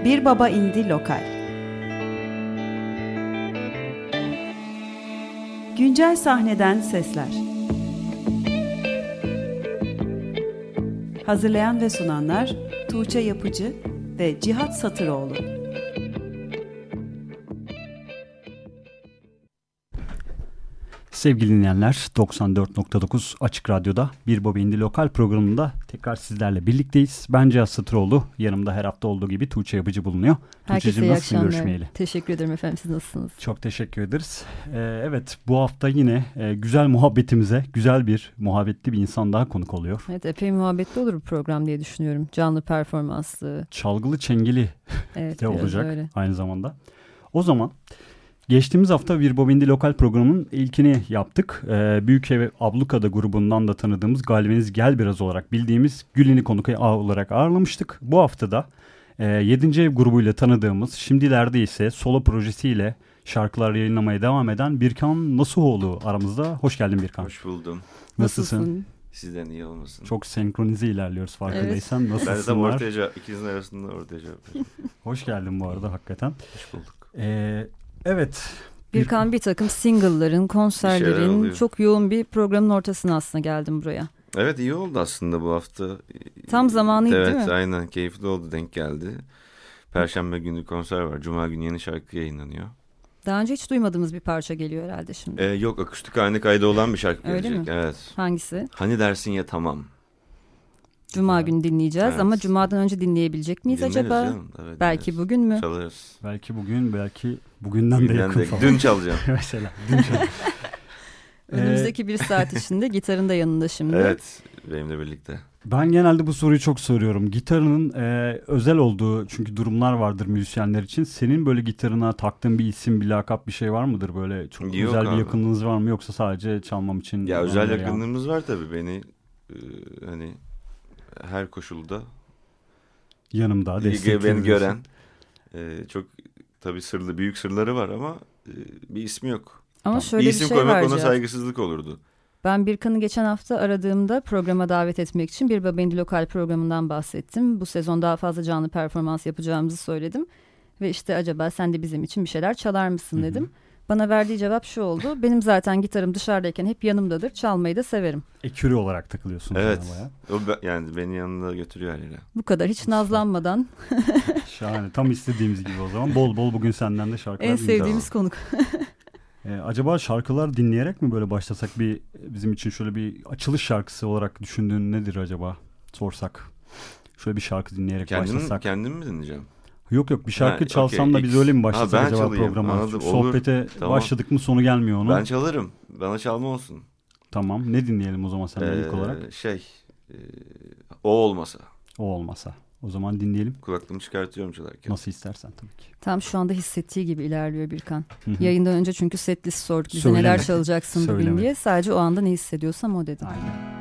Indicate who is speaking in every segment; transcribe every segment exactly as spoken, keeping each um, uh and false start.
Speaker 1: Bir Baba İndi Lokal. Güncel sahneden sesler. Hazırlayan ve sunanlar Tuğçe Yapıcı ve Cihat Satıroğlu.
Speaker 2: Sevgili dinleyenler, doksan dört nokta dokuz Açık Radyo'da Bir Baba İndi Lokal programında tekrar sizlerle birlikteyiz. Ben Cihat Satıroğlu, yanımda her hafta olduğu gibi Tuğçe Yapıcı bulunuyor.
Speaker 3: Herkese iyi akşamlar. Görüşmeyeli? Teşekkür ederim efendim, siz nasılsınız?
Speaker 2: Çok teşekkür ederiz. Ee, evet, bu hafta yine e, güzel muhabbetimize, güzel bir muhabbetli bir insan daha konuk oluyor.
Speaker 3: Evet, epey muhabbetli olur bu program diye düşünüyorum. Canlı performanslı.
Speaker 2: Çalgılı çengeli
Speaker 3: evet,
Speaker 2: de olacak
Speaker 3: öyle.
Speaker 2: Aynı zamanda. O zaman... Geçtiğimiz hafta Bir Baba İndi Lokal programının ilkini yaptık. Ee, Büyükev Ablukada grubundan da tanıdığımız Galveniz Gel Biraz olarak bildiğimiz Gülin'i konuk olarak ağırlamıştık. Bu hafta da e, yedinci Ev grubuyla tanıdığımız, şimdilerde ise solo projesiyle şarkılar yayınlamaya devam eden Birkan Nasuhoğlu aramızda. Hoş geldin Birkan.
Speaker 4: Hoş buldum.
Speaker 2: Nasılsın?
Speaker 3: Nasılsın?
Speaker 4: Sizden iyi olmasın.
Speaker 2: Çok senkronize ilerliyoruz farkındaysan. Evet. Nasılsınlar?
Speaker 4: Ben de tam ortaya cevap, ikinizin arasında ortaya cevap veriyorum.
Speaker 2: Hoş geldin bu arada hakikaten.
Speaker 4: Hoş bulduk.
Speaker 2: Ee, evet.
Speaker 3: Birkan bir takım single'ların, konserlerin çok yoğun bir programın ortasına aslında geldim buraya.
Speaker 4: Evet, iyi oldu aslında bu hafta.
Speaker 3: Tam zamanıydı
Speaker 4: evet,
Speaker 3: değil mi?
Speaker 4: Evet, aynen keyifli oldu, denk geldi. Perşembe günü konser var. Cuma günü yeni şarkı yayınlanıyor.
Speaker 3: Daha önce hiç duymadığımız bir parça geliyor herhalde şimdi.
Speaker 4: Ee, yok, akustik halinde kaydı olan bir şarkı
Speaker 3: Öyle
Speaker 4: gelecek.
Speaker 3: mi?
Speaker 4: Evet.
Speaker 3: Hangisi?
Speaker 4: Hani dersin ya tamam.
Speaker 3: Cuma günü dinleyeceğiz evet. Ama Cuma'dan önce dinleyebilecek miyiz
Speaker 4: Dinleriz
Speaker 3: acaba?
Speaker 4: Evet,
Speaker 3: belki dinleriz. Bugün mü?
Speaker 4: Çalarız.
Speaker 2: Belki bugün, belki bugünden, bugünden de yakın
Speaker 4: de,
Speaker 2: falan.
Speaker 4: Dün çalacağım.
Speaker 2: Mesela dün çalacağım.
Speaker 3: Önümüzdeki bir saat içinde gitarın da yanında şimdi.
Speaker 4: Evet, benimle birlikte.
Speaker 2: Ben genelde bu soruyu çok soruyorum. Gitarının e, özel olduğu çünkü durumlar vardır müzisyenler için. Senin böyle gitarına taktığın bir isim, bir lakap, bir şey var mıdır? Böyle çok
Speaker 4: Yok
Speaker 2: özel
Speaker 4: abi.
Speaker 2: bir yakınlığınız var mı? Yoksa sadece çalmam için?
Speaker 4: Ya özel yakınlığımız var tabii. Beni e, hani her koşulda
Speaker 2: yanımda destekliyor.
Speaker 4: Beni gören e, çok tabii sırlı, büyük sırları var ama e, bir ismi yok.
Speaker 3: Ama
Speaker 4: tamam.
Speaker 3: şöyle
Speaker 4: bir
Speaker 3: bir
Speaker 4: isim
Speaker 3: şey var.
Speaker 4: koymak ona saygısızlık olurdu.
Speaker 3: Ben Birkan'ı geçen hafta aradığımda programa davet etmek için Bir Baba İndi Lokal programından bahsettim. Bu sezon daha fazla canlı performans yapacağımızı söyledim. Ve işte acaba sen de bizim için bir şeyler çalar mısın dedim. Hı hı. Bana verdiği cevap şu oldu. Benim zaten gitarım dışarıdayken hep yanımdadır. Çalmayı da severim.
Speaker 2: Ekürü olarak takılıyorsun.
Speaker 4: Evet. O yani beni yanında götürüyor her yere.
Speaker 3: Bu kadar hiç nazlanmadan.
Speaker 2: Şahane. Tam istediğimiz gibi o zaman. Bol bol bugün senden de şarkılar.
Speaker 3: En sevdiğimiz konuk.
Speaker 2: Ee, acaba şarkılar dinleyerek mi böyle başlasak, bir bizim için şöyle bir açılış şarkısı olarak düşündüğün nedir acaba sorsak? Şöyle bir şarkı dinleyerek
Speaker 4: kendim,
Speaker 2: başlasak.
Speaker 4: Kendim mi dinleyeceğim?
Speaker 2: Yok yok bir şarkı ha, çalsam okay. da biz
Speaker 4: X.
Speaker 2: öyle mi başlasak
Speaker 4: ha,
Speaker 2: acaba
Speaker 4: çalayım.
Speaker 2: programa?
Speaker 4: Anladım,
Speaker 2: sohbete tamam. Başladık mı sonu gelmiyor onun.
Speaker 4: Ben çalarım. Bana çalma olsun.
Speaker 2: Tamam, ne dinleyelim o zaman senden ee, ilk olarak?
Speaker 4: Şey e, o olmasa.
Speaker 2: O olmasa. O zaman dinleyelim.
Speaker 4: Kulaklığımı çıkartıyorum çalarken.
Speaker 2: Nasıl istersen tabii ki.
Speaker 3: Tam şu anda hissettiği gibi ilerliyor Birkan. Hı-hı. Yayından önce çünkü setlist sorduk. Bize
Speaker 2: Söyleme.
Speaker 3: Neler çalacaksın bugün
Speaker 2: Söyleme.
Speaker 3: diye. Sadece o anda ne hissediyorsam o dedim.
Speaker 2: Aynen.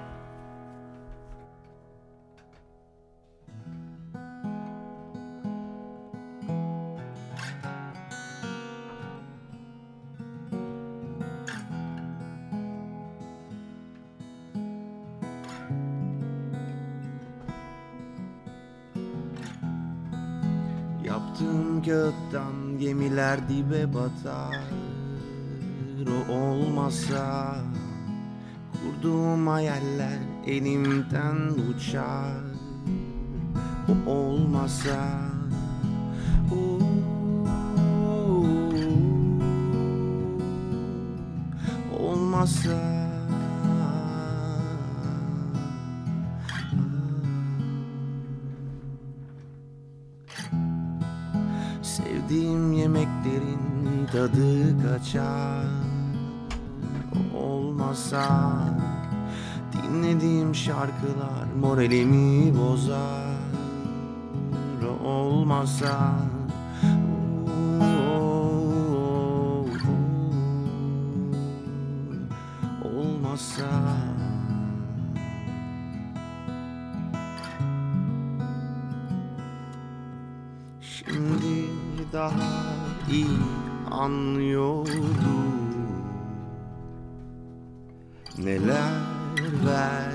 Speaker 5: Yaptığım kağıttan gemiler dibe batar. O olmasa kurduğum hayaller elimden uçar. O olmasa o olmasa sevdiğim yemeklerin tadı kaçar. O olmasa dinlediğim şarkılar moralimi bozar. O olmasa olmasa şimdi daha iyi anlıyorum neler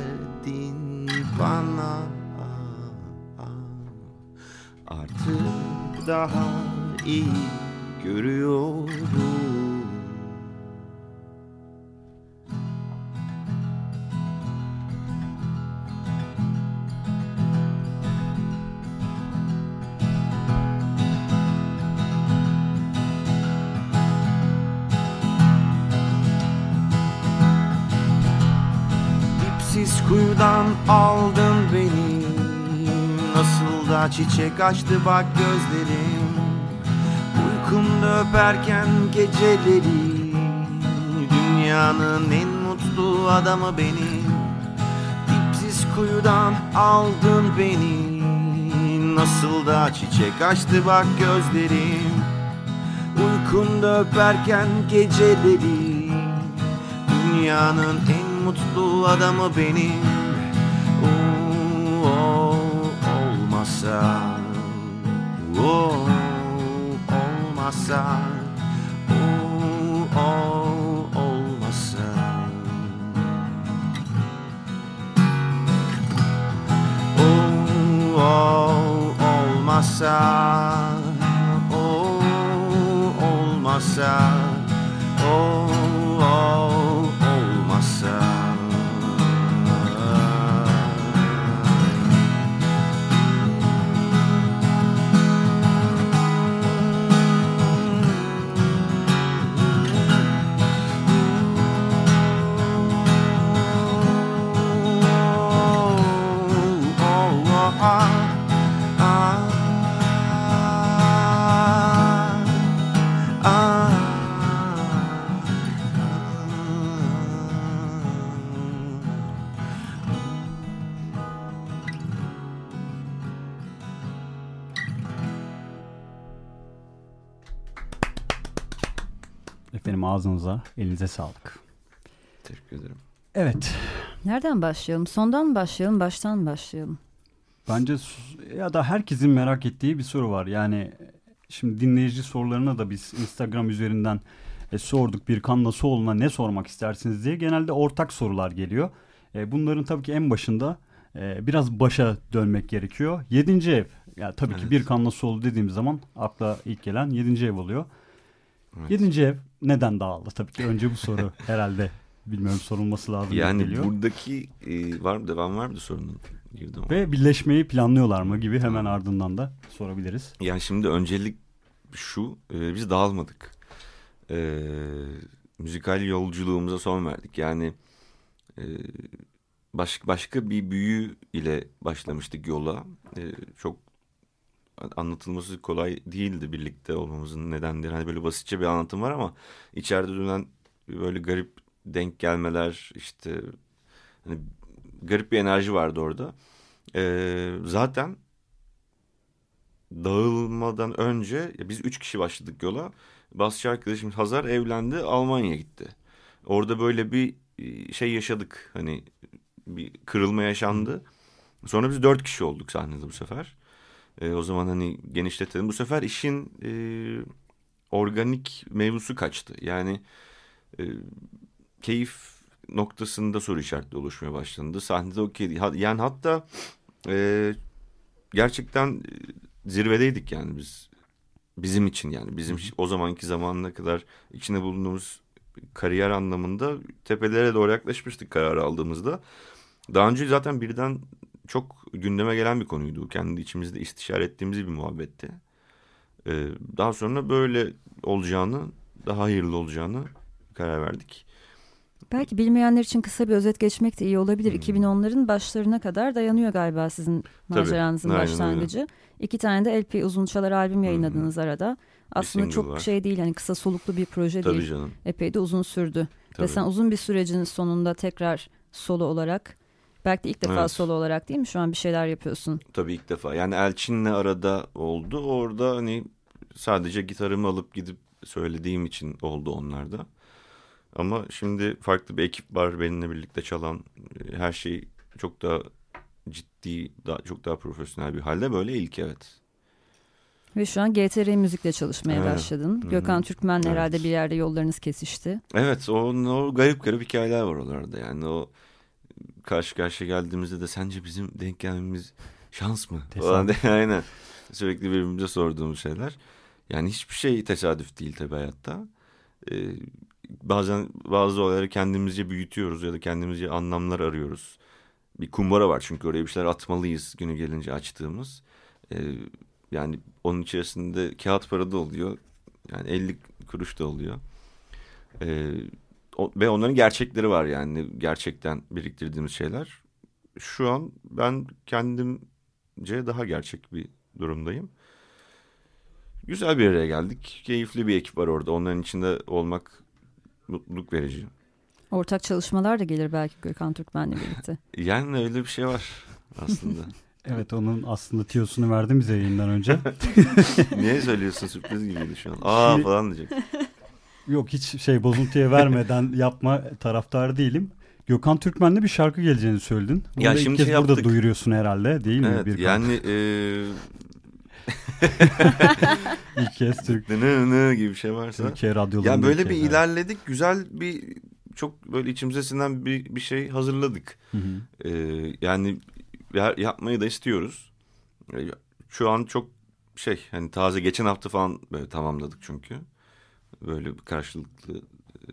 Speaker 5: verdin bana. Artık daha iyi görüyorum. Dipsiz kuyudan aldın beni, nasıl da çiçek açtı bak gözlerim. Uykumda öperken geceleri, dünyanın en mutlu adamı benim. Dipsiz kuyudan aldın beni, nasıl da çiçek açtı bak gözlerim. Uykumda öperken geceleri, dünyanın en mutlu adamı benim. Oo, oo, olmasa, oo, olmasa, oo, oo, olmasa. Oo, oo, olmasa, oo, olmasa, oo, oo, olmasa.
Speaker 2: Efendim ağzınıza, elinize sağlık.
Speaker 4: Teşekkür ederim.
Speaker 2: Evet.
Speaker 3: Nereden başlayalım? Sondan mı başlayalım, baştan mı başlayalım?
Speaker 2: Bence ya da herkesin merak ettiği bir soru var. Yani şimdi dinleyici sorularına da biz Instagram üzerinden e, sorduk. Birkan Nasıoğlu'na ne sormak istersiniz diye. Genelde ortak sorular geliyor. E, bunların tabii ki en başında e, biraz başa dönmek gerekiyor. Yedinci ev. Yani tabii
Speaker 4: Evet.
Speaker 2: ki Birkan Nasıoğlu dediğimiz zaman akla ilk gelen yedinci ev oluyor.
Speaker 4: Evet.
Speaker 2: Yedinci ev neden dağıldı? Tabii ki önce bu soru herhalde bilmiyorum sorulması lazım.
Speaker 4: Yani
Speaker 2: geliyor.
Speaker 4: buradaki e, var mı devam var mı sorunun? Girdim
Speaker 2: Ve birleşmeyi planlıyorlar mı gibi hemen ardından da sorabiliriz.
Speaker 4: Yani şimdi öncelik şu, e, biz dağılmadık. E, müzikal yolculuğumuza son verdik. Yani e, baş, başka bir büyü ile başlamıştık yola. E, çok anlatılması kolay değildi birlikte olmamızın nedenleri. Hani böyle basitçe bir anlatım var ama içeride dönen böyle garip denk gelmeler, işte hani garip bir enerji vardı orada. E, zaten dağılmadan önce ya biz üç kişi başladık yola. Basçı arkadaşımız Hazar evlendi, Almanya'ya gitti. Orada böyle bir şey yaşadık. Hani bir kırılma yaşandı. Sonra biz dört kişi olduk sahnede bu sefer. E, o zaman hani genişletelim. Bu sefer işin e, organik mevzusu kaçtı. Yani e, keyif noktasında soru işaretleri oluşmaya başlandı. Sahnede okey. Yani hatta e, gerçekten zirvedeydik yani biz. Bizim için yani bizim o zamanki zamanına kadar içinde bulunduğumuz kariyer anlamında tepelere doğru yaklaşmıştık karar aldığımızda. Daha önce zaten birden çok gündeme gelen bir konuydu. Kendi içimizde istişare ettiğimiz bir muhabbetti. Ee, daha sonra böyle olacağını, daha hayırlı olacağını karar verdik.
Speaker 3: Belki bilmeyenler için kısa bir özet geçmek de iyi olabilir.
Speaker 4: Hmm.
Speaker 3: iki bin onların başlarına kadar dayanıyor galiba sizin maceranızın
Speaker 4: Tabii,
Speaker 3: başlangıcı.
Speaker 4: aynen
Speaker 3: İki tane de L P uzun çalar albüm yayınladınız
Speaker 4: Hmm.
Speaker 3: arada. Aslında
Speaker 4: single
Speaker 3: çok
Speaker 4: var.
Speaker 3: şey değil, hani kısa soluklu bir proje
Speaker 4: Tabii
Speaker 3: değil.
Speaker 4: canım.
Speaker 3: Epey de uzun sürdü.
Speaker 4: Tabii.
Speaker 3: Ve sen uzun bir sürecin sonunda tekrar solo olarak, belki de ilk defa
Speaker 4: Evet.
Speaker 3: solo olarak değil mi? Şu an bir şeyler yapıyorsun.
Speaker 4: Tabii ilk defa. Yani Elçin'le arada oldu. Orada hani sadece gitarımı alıp gidip söylediğim için oldu onlarda. Ama şimdi farklı bir ekip var benimle birlikte çalan. Her şey çok daha ciddi, daha, çok daha profesyonel bir halde. Böyle ilk evet.
Speaker 3: Ve şu an G T R Müzik'le çalışmaya
Speaker 4: Evet.
Speaker 3: başladın.
Speaker 4: Hı-hı.
Speaker 3: Gökhan Türkmen'le
Speaker 4: Evet.
Speaker 3: herhalde bir yerde yollarınız kesişti.
Speaker 4: Evet o, o garip garip hikayeler var oralarda. Yani o karşı karşıya geldiğimizde de sence bizim denk gelmemiz şans mı? Falan diye, aynen. Sürekli birbirimize sorduğumuz şeyler. Yani hiçbir şey tesadüf değil tabii hayatta. Ee, bazen bazı olayları kendimizce büyütüyoruz ya da kendimizce anlamlar arıyoruz. Bir kumbara var çünkü oraya bir şeyler atmalıyız günü gelince açtığımız. Ee, yani onun içerisinde kağıt para da oluyor. Yani elli kuruş da oluyor. Ee, o, ve onların gerçekleri var yani gerçekten biriktirdiğimiz şeyler. Şu an ben kendimce daha gerçek bir durumdayım. Güzel bir araya geldik. Keyifli bir ekip var orada. Onların içinde olmak mutluluk verici.
Speaker 3: Ortak çalışmalar da gelir belki Gökhan Türkmen'le birlikte.
Speaker 4: Yani öyle bir şey var aslında.
Speaker 2: Evet, onun aslında tiyosunu verdim bize yayından önce.
Speaker 4: Niye söylüyorsun? Sürpriz gibiydi şu an. Aa
Speaker 2: Şimdi,
Speaker 4: falan diyecek.
Speaker 2: Yok, hiç şey bozuntuya vermeden yapma taraftarı değilim. Gökhan Türkmen'le bir şarkı geleceğini söyledin. Bunu
Speaker 4: Ya
Speaker 2: da
Speaker 4: şimdi
Speaker 2: ilk kez
Speaker 4: şey
Speaker 2: burada
Speaker 4: yaptık.
Speaker 2: duyuruyorsun herhalde, değil mi?
Speaker 4: Evet,
Speaker 2: bir
Speaker 4: yani e...
Speaker 2: ilk kez Türk
Speaker 4: nı gibi bir şey varsa.
Speaker 2: Türkiye radyolarında.
Speaker 4: Yani böyle bir
Speaker 2: kez,
Speaker 4: ilerledik. Evet. Güzel bir, çok böyle içimize sinen bir, bir şey hazırladık.
Speaker 2: Hı hı.
Speaker 4: Ee, yani yapmayı da istiyoruz. Şu an çok şey hani taze, geçen hafta falan böyle tamamladık çünkü. Böyle bir karşılıklı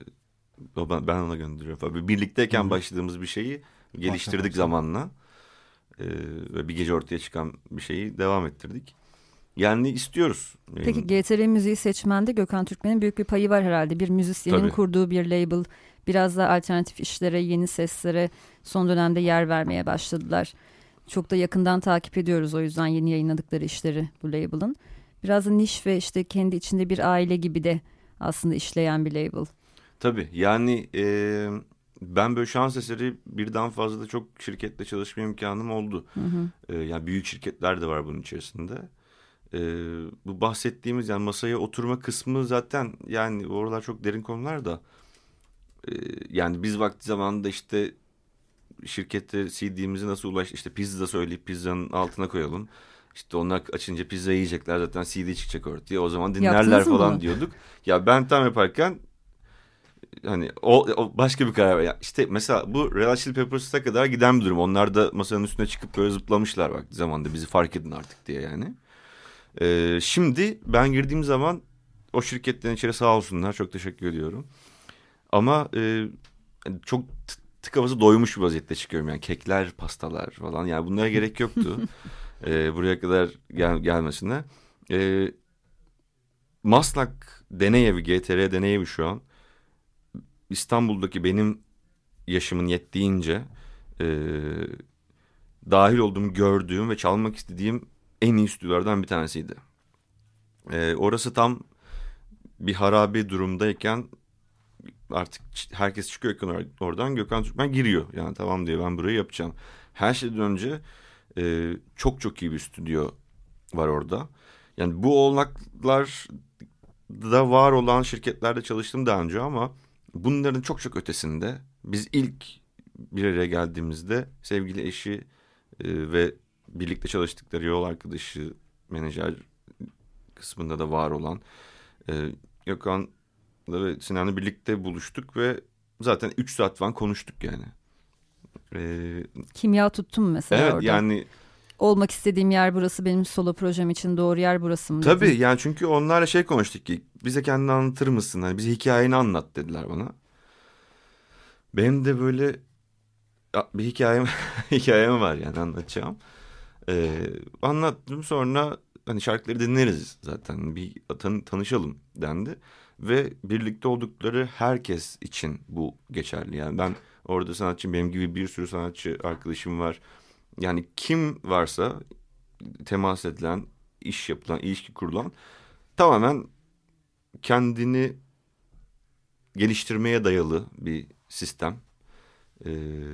Speaker 4: ben ona gönderiyorum falan. Birlikteyken Hı-hı. başladığımız bir şeyi geliştirdik Başka zamanla. Ee, ve bir gece ortaya çıkan bir şeyi devam ettirdik. Yani istiyoruz.
Speaker 3: Peki G T R müziği seçmende Gökhan Türkmen'in büyük bir payı var herhalde. Bir müzisyenin Tabii. kurduğu bir label. Biraz da alternatif işlere, yeni seslere son dönemde yer vermeye başladılar. Çok da yakından takip ediyoruz o yüzden yeni yayınladıkları işleri bu label'ın. Biraz da niş ve işte kendi içinde bir aile gibi de aslında işleyen bir label.
Speaker 4: Tabii yani e, ben böyle şans eseri birden fazla da çok şirketle çalışma imkanım oldu. Hı hı. E, yani büyük şirketler de var bunun içerisinde. E, bu bahsettiğimiz yani masaya oturma kısmı zaten yani oralar çok derin konular da. E, yani biz vakti zamanında işte şirkette C D'mizi nasıl ulaş işte pizza söyleyip pizzanın altına koyalım. İşte onlar açınca pizza yiyecekler zaten C D çıkacak ortaya. O zaman dinlerler falan bunu? diyorduk. Ya ben tam yaparken hani o, o başka bir karar. Ya işte mesela bu Red Hot Chili Peppers'a kadar giden bir durum. Onlar da masanın üstüne çıkıp böyle zıplamışlar vakti zamanda bizi fark edin artık diye yani. Ee, şimdi ben girdiğim zaman o şirketlerin içeri sağ olsunlar. Çok teşekkür ediyorum. Ama e, çok tık havası doymuş bir vaziyette çıkıyorum yani kekler, pastalar falan yani bunlara gerek yoktu ee, buraya kadar gel- gelmesine. Ee, Maslak deney evi, G T R deney evi şu an İstanbul'daki benim yaşımın yettiğince e, dahil olduğum, gördüğüm ve çalmak istediğim en iyi stüdyolardan bir tanesiydi. Ee, orası tam bir harabe durumdayken artık herkes çıkıyor oradan, Gökhan Türkmen giriyor. Yani tamam diyor, ben burayı yapacağım. Her şeyden önce e, çok çok iyi bir stüdyo var orada. Yani bu olanaklar da var olan şirketlerde çalıştım daha önce ama bunların çok çok ötesinde biz ilk bir araya geldiğimizde sevgili eşi e, ve birlikte çalıştıkları yol arkadaşı, menajer kısmında da var olan e, Gökhan ve Sinan'la birlikte buluştuk ve zaten üç saat falan konuştuk yani. Ee,
Speaker 3: Kimya tuttum mu mesela
Speaker 4: evet,
Speaker 3: orada?
Speaker 4: Yani
Speaker 3: olmak istediğim yer burası, benim solo projem için doğru yer burası mı?
Speaker 4: Tabii
Speaker 3: dedin?
Speaker 4: yani çünkü onlarla şey konuştuk ki bize kendini anlatır mısın? Hani bize hikayeni anlat dediler bana. Benim de böyle bir hikayem hikayem var yani anlatacağım. Ee, anlattım, sonra hani şarkıları dinleriz zaten, bir tan- tanışalım dendi. Ve birlikte oldukları herkes için bu geçerli. Yani ben orada sanatçı, benim gibi bir sürü sanatçı arkadaşım var. Yani kim varsa temas edilen, iş yapılan, ilişki kurulan tamamen kendini geliştirmeye dayalı bir sistem. Ee,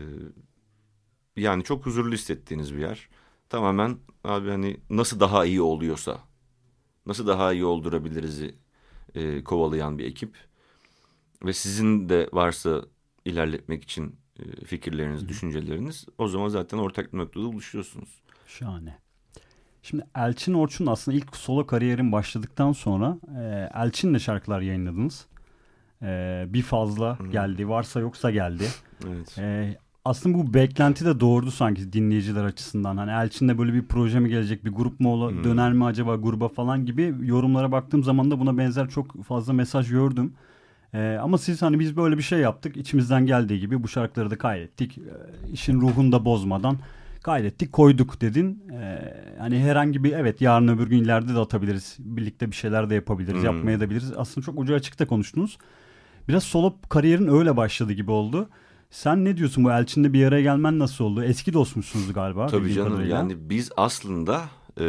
Speaker 4: yani çok huzurlu hissettiğiniz bir yer. Tamamen abi hani nasıl daha iyi oluyorsa, nasıl daha iyi oldurabiliriz'i E, kovalayan bir ekip ve sizin de varsa ilerletmek için e, fikirleriniz, Hı. düşünceleriniz, o zaman zaten ortak bir noktada buluşuyorsunuz.
Speaker 2: Şahane. Şimdi Elçin Orçun aslında ilk solo kariyerin başladıktan sonra e, Elçin'le şarkılar yayınladınız. E, bir fazla Hı. geldi, varsa yoksa geldi.
Speaker 4: Evet.
Speaker 2: E, aslında bu beklenti de doğurdu sanki dinleyiciler açısından. Hani Elçin'de böyle bir proje mi gelecek, bir grup mu ola, hmm. döner mi acaba gruba falan gibi yorumlara baktığım zaman da buna benzer çok fazla mesaj gördüm. Ee, ama siz hani biz böyle bir şey yaptık, içimizden geldiği gibi bu şarkıları da kaydettik. Ee, işin ruhunu da bozmadan kaydettik, koyduk dedin. Ee, hani herhangi bir evet yarın öbür gün ileride de atabiliriz. Birlikte bir şeyler de yapabiliriz, hmm. yapmaya da biliriz. Aslında çok ucu açıkta konuştunuz. Biraz solo kariyerin öyle başladı gibi oldu. Sen ne diyorsun, bu Elçin'le bir araya gelmen nasıl oldu? Eski dostmuşsunuz galiba.
Speaker 4: Tabii canım kadarıyla. Yani biz aslında e,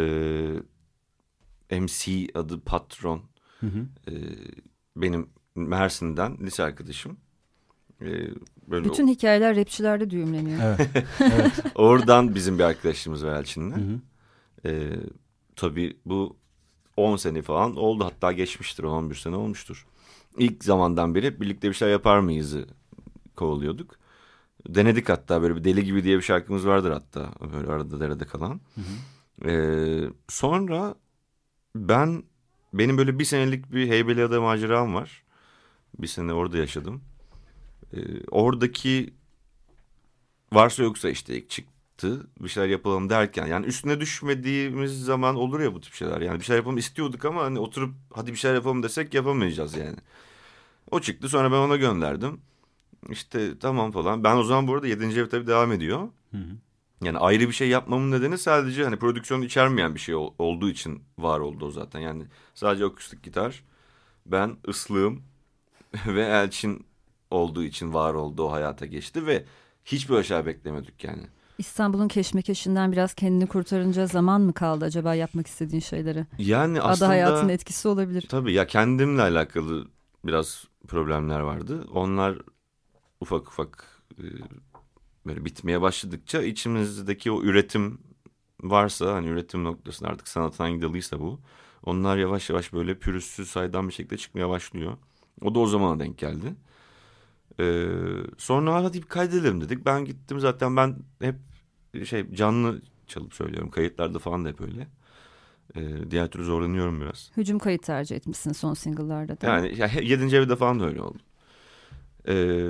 Speaker 4: M C adı Patron. Hı hı. E, benim Mersin'den lise arkadaşım. E, böyle
Speaker 3: Bütün o... hikayeler rapçilerde düğümleniyor.
Speaker 2: Evet. Evet.
Speaker 4: Oradan bizim bir arkadaşlığımız var Elçin'le. Hı hı. E, tabii bu on sene falan oldu, hatta geçmiştir, on bir sene olmuştur. İlk zamandan beri hep birlikte bir şey yapar mıyız'ı kovalıyorduk. Denedik hatta, böyle bir Deli Gibi diye bir şarkımız vardır hatta, böyle arada derede kalan. Hı hı. Ee, sonra ben benim böyle bir senelik bir Heybeliada maceram var. Bir sene orada yaşadım. Ee, oradaki varsa yoksa işte ilk çıktı, bir şeyler yapalım derken, yani üstüne düşmediğimiz zaman olur ya bu tip şeyler. Yani bir şeyler yapalım istiyorduk ama hani oturup hadi bir şeyler yapalım desek yapamayacağız yani. O çıktı, sonra ben ona gönderdim. İşte tamam falan. Ben o zaman bu arada yedinci ev tabii devam ediyor. Hı hı. Yani ayrı bir şey yapmamın nedeni sadece hani prodüksiyon içermeyen bir şey ol, olduğu için var oldu o zaten. Yani sadece akustik gitar, ben, ıslığım ve Elçin olduğu için var oldu, o hayata geçti ve hiçbir aşağı beklemedik yani.
Speaker 3: İstanbul'un keşmekeşinden biraz kendini kurtarınca zaman mı kaldı acaba yapmak istediğin şeyleri?
Speaker 4: Yani aslında...
Speaker 3: Ada hayatının etkisi olabilir.
Speaker 4: Tabii ya, kendimle alakalı biraz problemler vardı. Onlar ufak ufak e, böyle bitmeye başladıkça içimizdeki o üretim varsa, hani üretim noktasında artık sanatın hangi dalıysa bu, onlar yavaş yavaş böyle pürüzsüz, saydam bir şekilde çıkmaya başlıyor. O da o zamana denk geldi. Ee, sonra hadi bir kaydedelim dedik. Ben gittim, zaten ben hep şey canlı çalıp söylüyorum. Kayıtlarda falan da hep öyle. Ee, diğer türlü zorlanıyorum biraz.
Speaker 3: Hücum kayıt tercih etmişsin son single'larda da.
Speaker 4: Yani ya, yedinci evde falan da öyle oldu. Ee,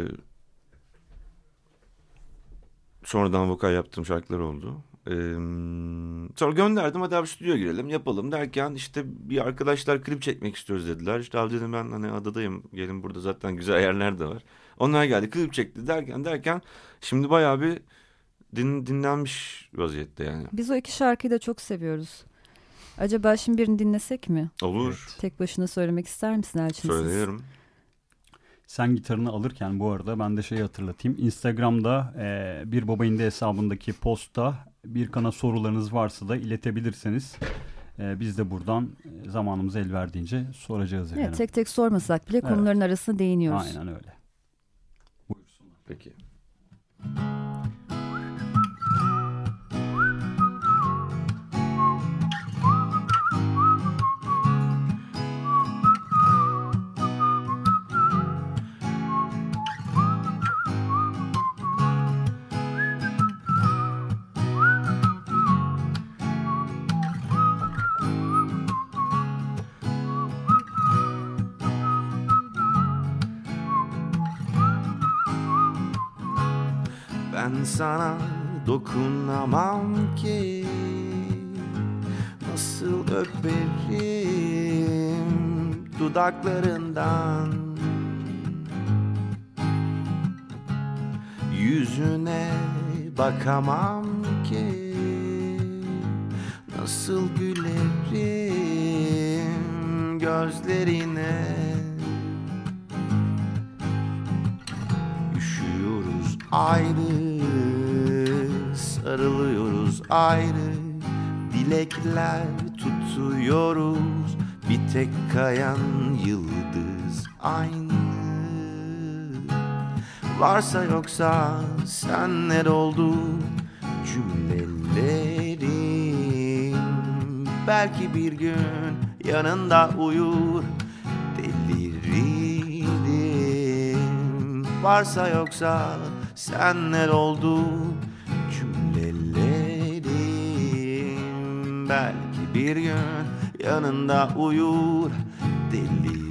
Speaker 4: sonradan vokal yaptığım şarkılar oldu. Ee, sonra gönderdim, hadi abi stüdyoya girelim yapalım derken işte bir arkadaşlar klip çekmek istiyoruz dediler. İşte abi dedim, ben hani adadayım, gelin, burada zaten güzel yerler de var. Onlar geldi, klip çekti derken derken şimdi bayağı bir din, dinlenmiş vaziyette yani.
Speaker 3: Biz o iki şarkıyı da çok seviyoruz. Acaba şimdi birini dinlesek mi?
Speaker 4: Olur.
Speaker 3: Evet. Tek başına söylemek ister misin Elçin?
Speaker 4: Söylerim.
Speaker 2: Sen gitarını alırken bu arada ben de şeyi hatırlatayım. Instagram'da e, Bir Baba İndi hesabındaki postta Birkan'a sorularınız varsa da iletebilirseniz e, biz de buradan e, zamanımız el verdiğince soracağız.
Speaker 3: Evet,
Speaker 2: efendim.
Speaker 3: tek tek sormasak bile konuların evet. arasına değiniyoruz.
Speaker 2: Aynen öyle. Buyursunlar.
Speaker 4: Peki.
Speaker 5: Ben sana dokunamam ki, nasıl öperim dudaklarından, yüzüne bakamam ki, nasıl gülerim gözlerine. Üşüyoruz ayrı, sarılıyoruz ayrı, dilekler tutuyoruz, bir tek kayan yıldız aynı. Varsa yoksa senler oldu cümlelerim, belki bir gün yanında uyur deliririm. Varsa yoksa senler oldu cümlelerim, belki bir gün yanında uyur deliririm.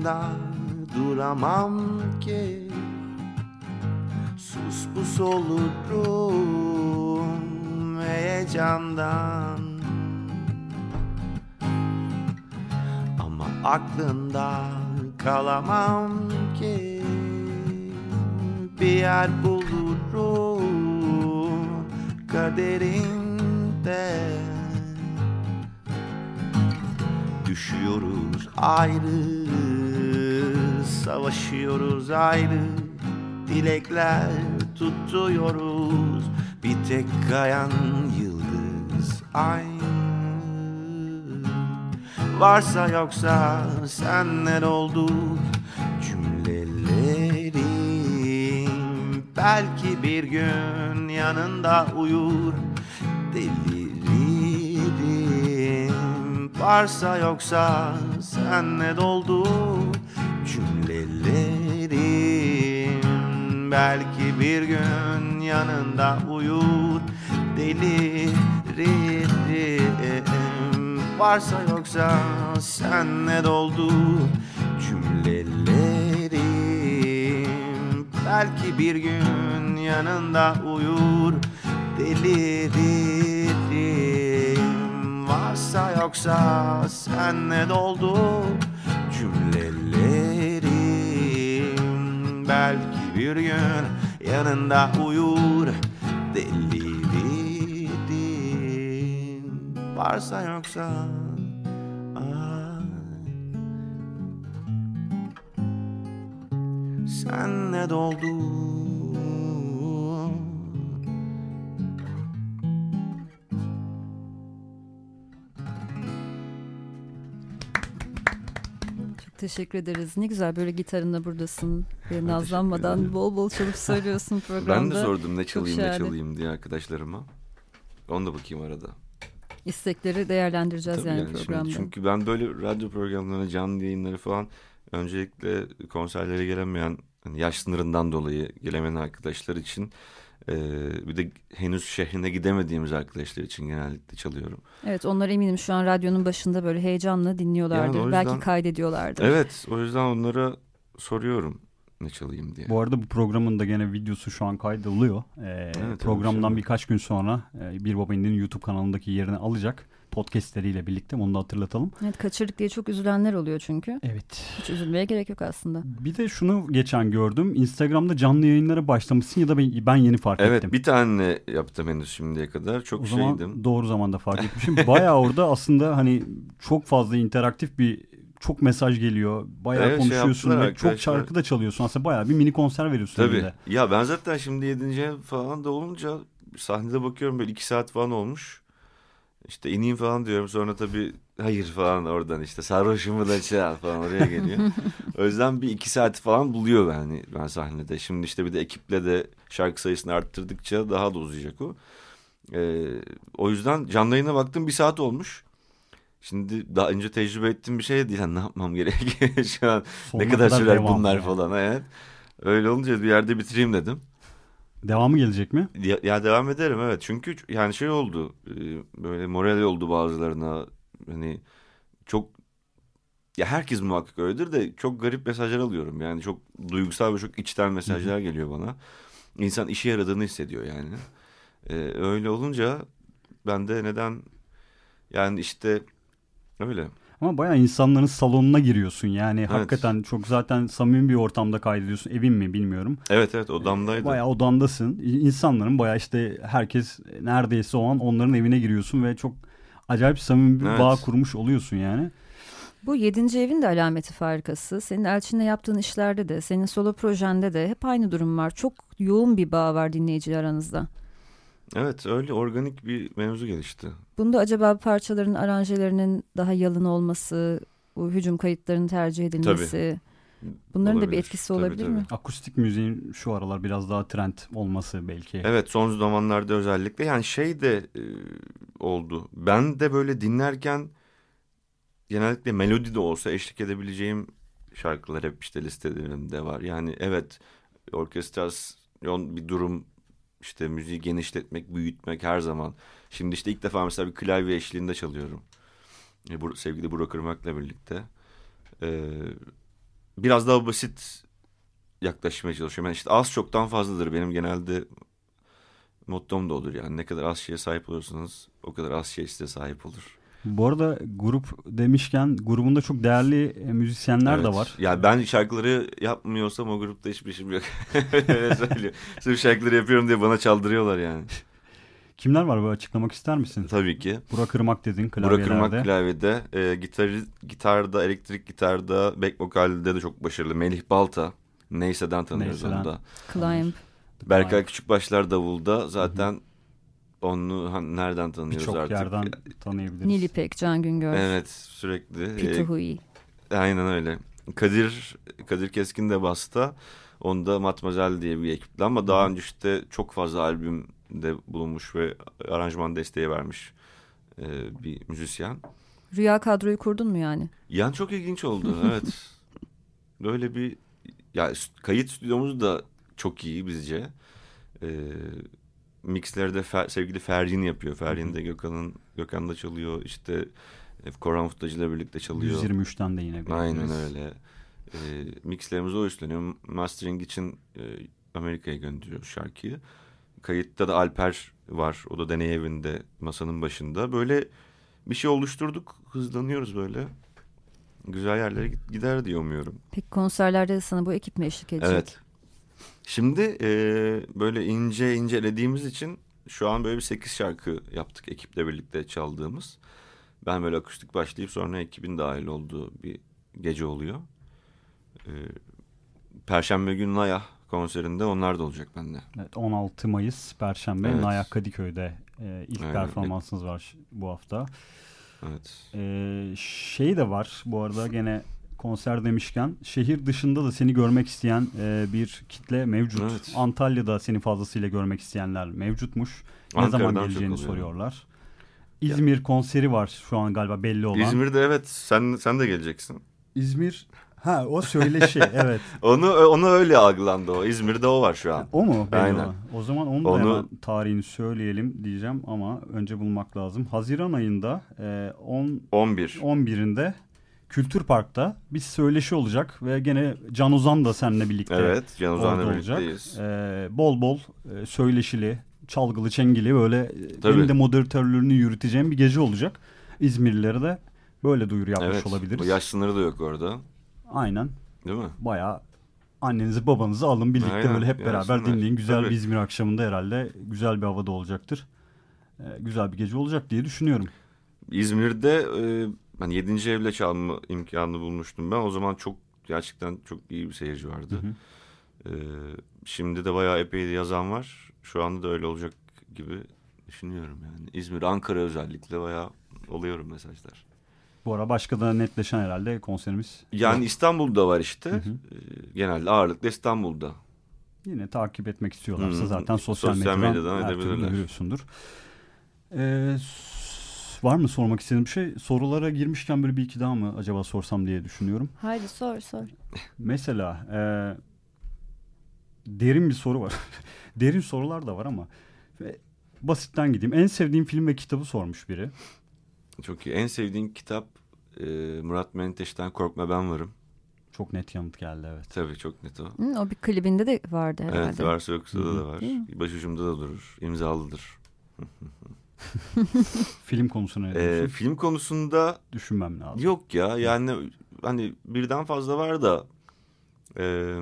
Speaker 5: yanında duramam ki. Sus pus olurum heyecandan. Ama aklında kalamam ki. Bir yer bulurum kaderinde. Düşüyoruz ayrı, savaşıyoruz ayrı. Dilekler tutuyoruz, bir tek kayan yıldız aynı. Varsa yoksa senler oldu cümlelerim. Belki bir gün yanında uyur deliririm. Varsa yoksa senle doldu cümlelerim. Belki bir gün yanında uyur deliririm. Varsa yoksa senle doldu cümlelerim. Belki bir gün yanında uyur deliririm. Varsa yoksa senle doldu cümlelerim. Belki bir gün yanında uyur deliririm. Varsa yoksa ay, senle doldu.
Speaker 3: Teşekkür ederiz. Ne güzel böyle gitarınla buradasın. Ve nazlanmadan bol bol çalıp söylüyorsun programda.
Speaker 4: Ben de sordum ne çalayım ne
Speaker 3: şahane.
Speaker 4: çalayım diye arkadaşlarıma. Onu da bakayım arada.
Speaker 3: İstekleri değerlendireceğiz
Speaker 4: Tabii
Speaker 3: yani,
Speaker 4: yani
Speaker 3: programda.
Speaker 4: şimdi, çünkü ben böyle radyo programlarına, canlı yayınları falan, öncelikle konserlere gelemeyen, hani yaş sınırından dolayı gelemeyen arkadaşlar için, e, bir de henüz şehrine gidemediğimiz arkadaşlar için genellikle çalıyorum.
Speaker 3: Evet, onlar eminim şu an radyonun başında böyle heyecanla dinliyorlardır.
Speaker 4: Yani o yüzden,
Speaker 3: belki kaydediyorlardır.
Speaker 4: Evet, o yüzden onlara soruyorum ne çalayım diye.
Speaker 2: Bu arada bu programın da gene videosu şu an kaydoluyor. Ee,
Speaker 4: evet,
Speaker 2: programdan
Speaker 4: evet.
Speaker 2: birkaç gün sonra e, Bir Baba İndi'nin YouTube kanalındaki yerini alacak. Podcastleriyle birlikte, onu da hatırlatalım.
Speaker 3: Evet, kaçırdık diye çok üzülenler oluyor çünkü.
Speaker 2: Evet.
Speaker 3: Hiç üzülmeye gerek yok aslında.
Speaker 2: Bir de şunu geçen gördüm. Instagram'da canlı yayınlara başlamışsın ya da ben, ben yeni fark
Speaker 4: evet,
Speaker 2: ettim.
Speaker 4: Evet, bir tane yaptım henüz şimdiye kadar. Çok
Speaker 2: o zaman
Speaker 4: şeydim.
Speaker 2: Doğru zamanda fark etmişim. Bayağı orada aslında hani çok fazla interaktif bir, çok mesaj geliyor. Bayağı
Speaker 4: Evet,
Speaker 2: konuşuyorsun
Speaker 4: şey
Speaker 2: ve çok şarkı da çalıyorsun. Aslında bayağı bir mini konser veriyorsun.
Speaker 4: Tabii.
Speaker 2: Elinde.
Speaker 4: Ya ben zaten şimdi yedinci ev falan da olunca sahnede bakıyorum böyle iki saat falan olmuş. İşte ineyim falan diyorum. Sonra tabii hayır falan oradan işte sarhoşumu da çal falan oraya geliyor. O yüzden bir iki saat falan buluyor yani ben sahnede. Şimdi işte bir de ekiple de şarkı sayısını arttırdıkça daha da uzayacak o. Ee, o yüzden canlı yayına baktım bir saat olmuş. Şimdi daha önce tecrübe ettiğim bir şey değil. Yani ne yapmam gerekiyor şu an?
Speaker 2: Sonuna
Speaker 4: ne kadar, kadar sürer bunlar
Speaker 2: yani.
Speaker 4: falan. Evet. Öyle olunca bir yerde bitireyim dedim.
Speaker 2: Devamı gelecek mi?
Speaker 4: Ya, ya devam ederim evet. Çünkü yani şey oldu. Böyle moral oldu bazılarına. Hani çok, ya herkes muhakkak öyledir de çok garip mesajlar alıyorum. Yani çok duygusal ve çok içten mesajlar geliyor bana. İnsan işe yaradığını hissediyor yani. Ee, öyle olunca ben de neden yani işte öyle.
Speaker 2: Ama bayağı insanların salonuna giriyorsun yani.
Speaker 4: Evet.
Speaker 2: Hakikaten çok zaten samimi bir ortamda kaydediyorsun. Evin mi bilmiyorum.
Speaker 4: Evet evet odamdaydı.
Speaker 2: Bayağı odandasın. İnsanların bayağı işte herkes neredeyse o an onların evine giriyorsun ve çok acayip samimi bir
Speaker 4: Evet.
Speaker 2: bağ kurmuş oluyorsun yani.
Speaker 3: Bu yedinci evin de alameti farikası. Senin Elçin'le yaptığın işlerde de, senin solo projende de hep aynı durum var. Çok yoğun bir bağ var dinleyiciler aranızda.
Speaker 4: Evet öyle organik bir mevzu gelişti.
Speaker 3: Bunda acaba parçaların aranjelerinin daha yalın olması, bu hücum kayıtlarının tercih edilmesi,
Speaker 4: Tabii.
Speaker 3: bunların
Speaker 4: Olabilir.
Speaker 3: da bir etkisi
Speaker 4: Tabii,
Speaker 3: olabilir
Speaker 4: tabii.
Speaker 3: mi?
Speaker 2: Akustik müziğin şu aralar biraz daha trend olması belki.
Speaker 4: Evet son zamanlarda özellikle yani şey de e, oldu. Ben de böyle dinlerken genellikle melodi de olsa eşlik edebileceğim şarkılar hep işte listelerimde var. Yani evet orkestrasyon bir durum, işte müziği genişletmek, büyütmek her zaman. Şimdi işte ilk defa mesela bir klavye eşliğinde çalıyorum. E, bu, sevgili Burak Irmak'la birlikte. E, biraz daha basit yaklaşmaya çalışıyorum. Yani işte az çoktan fazladır benim genelde mottom da olur yani. Ne kadar az şeye sahip olursanız o kadar az şey size sahip olur.
Speaker 2: Bu arada grup demişken grubunda çok değerli e, müzisyenler
Speaker 4: Evet.
Speaker 2: de var.
Speaker 4: Ya ben şarkıları yapmıyorsam o grupta hiçbir işim yok. Öyle söylüyor. Sırf şarkıları yapıyorum diye bana çaldırıyorlar yani.
Speaker 2: Kimler var, böyle açıklamak ister misin?
Speaker 4: Tabii ki.
Speaker 2: Burak Irmak dedin klavyelerde.
Speaker 4: Burak Irmak klavyede, e, gitar, gitarda, elektrik gitarda, back vokalde de çok başarılı. Melih Balta, Neyse'den tanıyoruz
Speaker 2: Neyse'den.
Speaker 4: onu da.
Speaker 3: Climb.
Speaker 4: Berkay Küçükbaşlar davulda zaten onu ha, nereden tanıyoruz
Speaker 2: Birçok
Speaker 4: artık.
Speaker 2: yerden tanıyabiliriz.
Speaker 3: Nilipek, Can Güngör.
Speaker 4: Evet, sürekli.
Speaker 3: Pitu
Speaker 4: E,
Speaker 3: Hui.
Speaker 4: aynen öyle. Kadir Kadir Keskin de basta. Onda Matmazel diye bir ekipti ama daha önce işte çok fazla albümde bulunmuş ve aranjman desteği vermiş e, bir müzisyen.
Speaker 3: Rüya kadroyu kurdun mu yani?
Speaker 4: Yani çok ilginç oldu, evet. Böyle bir ya kayıt stüdyomuz da çok iyi bizce. Ee, mixlerde Fer, sevgili Feryin yapıyor. Feryin de Gökhan'ın Gökhan da çalıyor. İşte e, Korhan Futacı ile birlikte çalıyor.
Speaker 2: yüz yirmi üçten de yine.
Speaker 4: Aynen öyle. Ee, mixlerimizi o üstleniyor. Mastering için e, Amerika'ya gönderiyor şarkıyı. Kayıtta da Alper var. O da deney evinde masanın başında. Böyle bir şey oluşturduk. Hızlanıyoruz böyle. Güzel yerlere gider diye umuyorum.
Speaker 3: Peki konserlerde de sana bu ekip mi eşlik edecek?
Speaker 4: Evet. Şimdi e, böyle ince ince elediğimiz için şu an böyle bir sekiz şarkı yaptık ekiple birlikte çaldığımız. Ben böyle akustik başlayıp sonra ekibin dahil olduğu bir gece oluyor. E, Perşembe günü Naya konserinde onlar da olacak bende.
Speaker 2: Evet, on altı Mayıs Perşembe
Speaker 4: Evet.
Speaker 2: Naya Kadıköy'de e, ilk
Speaker 4: Aynen.
Speaker 2: performansınız var bu hafta.
Speaker 4: Evet.
Speaker 2: Ee, şey de var bu arada, gene konser demişken şehir dışında da seni görmek isteyen e, bir kitle mevcut.
Speaker 4: Evet.
Speaker 2: Antalya'da seni fazlasıyla görmek isteyenler mevcutmuş. Ne
Speaker 4: Ankara'dan
Speaker 2: zaman
Speaker 4: çok
Speaker 2: geleceğini
Speaker 4: oluyor.
Speaker 2: soruyorlar. İzmir konseri var şu an galiba belli olan.
Speaker 4: İzmir'de evet sen sen de geleceksin.
Speaker 2: İzmir. Ha, o söyleşi evet.
Speaker 4: Onu onu öyle algılandı o. İzmir'de o var şu an.
Speaker 2: O mu? Belli
Speaker 4: Aynen.
Speaker 2: olan. O zaman onu da
Speaker 4: Onu-
Speaker 2: hemen tarihini söyleyelim diyeceğim ama önce bulmak lazım. Haziran ayında e, on
Speaker 4: on bir.
Speaker 2: on birinde Kültür Park'ta bir söyleşi olacak ve gene Can Ozan da seninle birlikte
Speaker 4: Evet, Can
Speaker 2: orada
Speaker 4: Ozan'la
Speaker 2: olacak.
Speaker 4: birlikteyiz.
Speaker 2: Ee, bol bol e, söyleşili, çalgılı, çengili böyle e,
Speaker 4: Tabii.
Speaker 2: benim de moderatörlüğünü yürüteceğim bir gece olacak. İzmirlilere de böyle duyuru yapmış
Speaker 4: Evet.
Speaker 2: olabiliriz.
Speaker 4: Bu yaş sınırı da yok orada.
Speaker 2: Aynen.
Speaker 4: Değil mi?
Speaker 2: Bayağı annenizi babanızı alın birlikte
Speaker 4: Aynen,
Speaker 2: böyle hep beraber
Speaker 4: gelsinler.
Speaker 2: dinleyin. Güzel
Speaker 4: Tabii.
Speaker 2: bir İzmir akşamında herhalde güzel bir havada olacaktır. Ee, güzel bir gece olacak diye düşünüyorum.
Speaker 4: İzmir'de e, ben yedinci evle çalma imkanı bulmuştum ben. O zaman çok gerçekten çok iyi bir seyirci vardı.
Speaker 2: Hı hı.
Speaker 4: E, şimdi de bayağı epey de yazan var. Şu anda da öyle olacak gibi düşünüyorum yani. İzmir, Ankara özellikle bayağı oluyorum mesajlar.
Speaker 2: Bu ara başka da netleşen herhalde konserimiz.
Speaker 4: Yani İstanbul'da var işte.
Speaker 2: Hı hı.
Speaker 4: E, genelde ağırlıkla İstanbul'da.
Speaker 2: Yine takip etmek istiyorlarsa
Speaker 4: Hı hı.
Speaker 2: zaten sosyal,
Speaker 4: Sosyal
Speaker 2: medyadan,
Speaker 4: medyadan
Speaker 2: her türlü
Speaker 4: edebilirler.
Speaker 2: görüyorsundur. Ee, s- var mı sormak istediğin bir şey? Sorulara girmişken böyle bir iki daha mı acaba sorsam diye düşünüyorum.
Speaker 3: Haydi sor sor.
Speaker 2: Mesela e, derin bir soru var. Derin sorular da var ama ve basitten gideyim. En sevdiğim film ve kitabı sormuş biri.
Speaker 4: Çok iyi. En sevdiğin kitap e, Murat Menteş'ten Korkma Ben Varım.
Speaker 2: Çok net yanıt geldi, evet.
Speaker 4: Tabii çok net o.
Speaker 3: Hı, o bir klibinde de vardı herhalde.
Speaker 4: Evet, varsa yoksa da, da var.
Speaker 3: Değil mi?
Speaker 4: Başucumda da durur. İmzalıdır.
Speaker 2: Film konusuna ne
Speaker 4: Ee,
Speaker 2: diyorsun?
Speaker 4: film konusunda
Speaker 2: Düşünmem lazım.
Speaker 4: yok ya. Yani hani birden fazla var da e,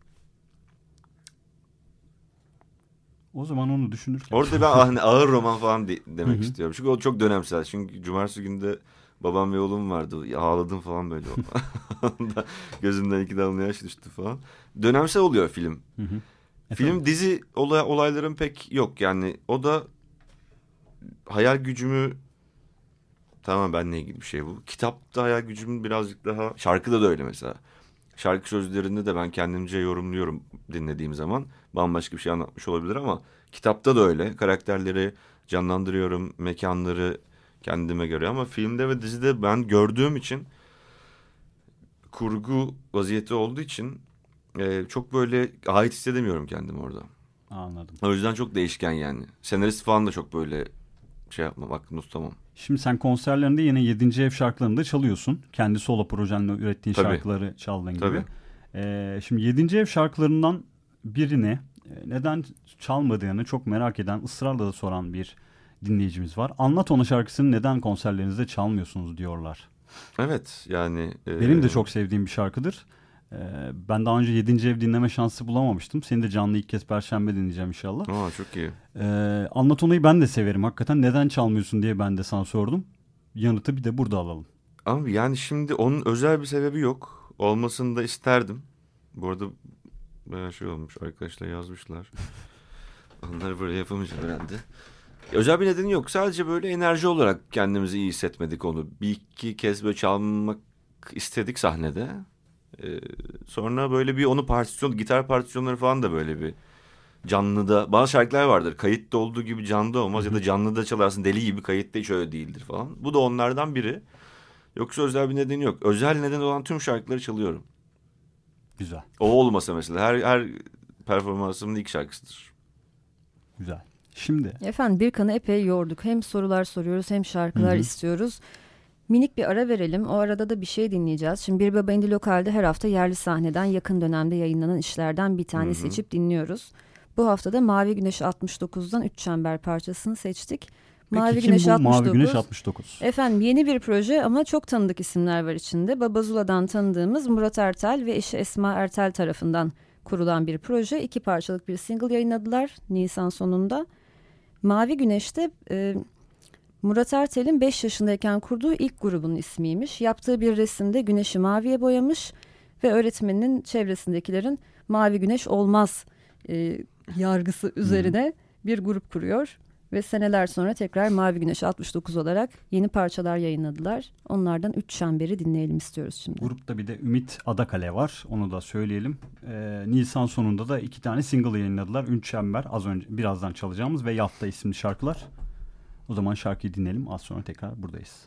Speaker 2: O zaman onu düşünürken.
Speaker 4: orada ben hani ağır roman falan de- demek
Speaker 2: Hı hı.
Speaker 4: istiyorum. Çünkü o çok dönemsel. Çünkü cumartesi günde babam ve oğlum vardı. Ya, ağladım falan böyle. Onda gözümden iki damla yaş düştü falan. Dönemsel oluyor film.
Speaker 2: Hı hı.
Speaker 4: Film
Speaker 2: Efendim?
Speaker 4: dizi olay, olayların pek yok yani. O da hayal gücümü tamam benle ilgili bir şey bu. Kitapta hayal gücümün birazcık daha, şarkıda da öyle mesela. Şarkı sözlerinde de ben kendimce yorumluyorum dinlediğim zaman. Bambaşka bir şey anlatmış olabilir ama kitapta da öyle. Karakterleri canlandırıyorum, mekanları kendime göre ama filmde ve dizide ben gördüğüm için kurgu vaziyeti olduğu için e, çok böyle ait hissedemiyorum kendimi orada.
Speaker 2: Anladım.
Speaker 4: O yüzden çok değişken yani. Senarist falan da çok böyle şey yapmam, aklımda tutamam.
Speaker 2: Şimdi sen konserlerinde yine yedinci ev şarkılarını da çalıyorsun. Kendi solo projenle ürettiğin
Speaker 4: Tabii.
Speaker 2: şarkıları çaldığın gibi.
Speaker 4: Tabii.
Speaker 2: Ee, şimdi yedinci ev şarkılarından birini e, neden çalmadığını çok merak eden, ısrarla da soran bir dinleyicimiz var. Anlat Ona şarkısını neden konserlerinizde çalmıyorsunuz diyorlar.
Speaker 4: Evet yani. E...
Speaker 2: Benim de çok sevdiğim bir şarkıdır. E, ben daha önce yedinci ev dinleme şansı bulamamıştım. Seni de canlı ilk kez Perşembe dinleyeceğim inşallah.
Speaker 4: Aa, çok iyi.
Speaker 2: E, Anlat Ona'yı ben de severim hakikaten. Neden çalmıyorsun diye ben de sana sordum. Yanıtı bir de burada alalım.
Speaker 4: Abi yani şimdi onun özel bir sebebi yok. Olmasını da isterdim. Bu arada bayağı şey olmuş. Arkadaşlar yazmışlar. Onları böyle yapamayacağım herhalde. Özel bir nedeni yok. Sadece böyle enerji olarak kendimizi iyi hissetmedik onu. Bir iki kez böyle çalmak istedik sahnede. Ee, sonra böyle bir onu partisyon, gitar partisyonları falan da böyle bir canlıda. Bazı şarkılar vardır. Kayıtta olduğu gibi canlıda olmaz. Hı-hı. Ya da canlıda çalarsın deli gibi, kayıtta hiç öyle değildir falan. Bu da onlardan biri. Yoksa özel bir nedeni yok. Özel neden olan tüm şarkıları çalıyorum.
Speaker 2: Güzel.
Speaker 4: O olmasa mesela her her performansımın ilk şarkısıdır.
Speaker 2: Güzel. Şimdi.
Speaker 3: Efendim Birkan'ı epey yorduk. Hem sorular soruyoruz hem şarkılar Hı-hı. istiyoruz. Minik bir ara verelim. O arada da bir şey dinleyeceğiz. Şimdi Bir Baba Indi Lokal'de her hafta yerli sahneden yakın dönemde yayınlanan işlerden bir tane Hı-hı. seçip dinliyoruz. Bu hafta da Mavi Güneş altmış dokuzdan Üç Çember parçasını seçtik.
Speaker 2: Peki
Speaker 3: Mavi
Speaker 2: kim
Speaker 3: Güneş
Speaker 2: bu
Speaker 3: altmış dokuz,
Speaker 2: Mavi Güneş altmış dokuz?
Speaker 3: Efendim yeni bir proje ama çok tanıdık isimler var içinde. Baba Zula'dan tanıdığımız Murat Ertel ve eşi Esma Ertel tarafından kurulan bir proje. İki parçalık bir single yayınladılar Nisan sonunda. Mavi Güneş'te e, Murat Ertel'in beş yaşındayken kurduğu ilk grubun ismiymiş. Yaptığı bir resimde güneşi maviye boyamış ve öğretmeninin çevresindekilerin Mavi Güneş olmaz e, yargısı üzerine hmm. bir grup kuruyor. Ve seneler sonra tekrar Mavi Güneş altmış dokuz olarak yeni parçalar yayınladılar. Onlardan Üç Çember'i dinleyelim istiyoruz şimdi.
Speaker 2: Grupta bir de Ümit Adakale var. Onu da söyleyelim. Ee, Nisan sonunda da iki tane single yayınladılar. Üç Çember az önce birazdan çalacağımız ve Yafta isimli şarkılar. O zaman şarkıyı dinleyelim. Az sonra tekrar buradayız.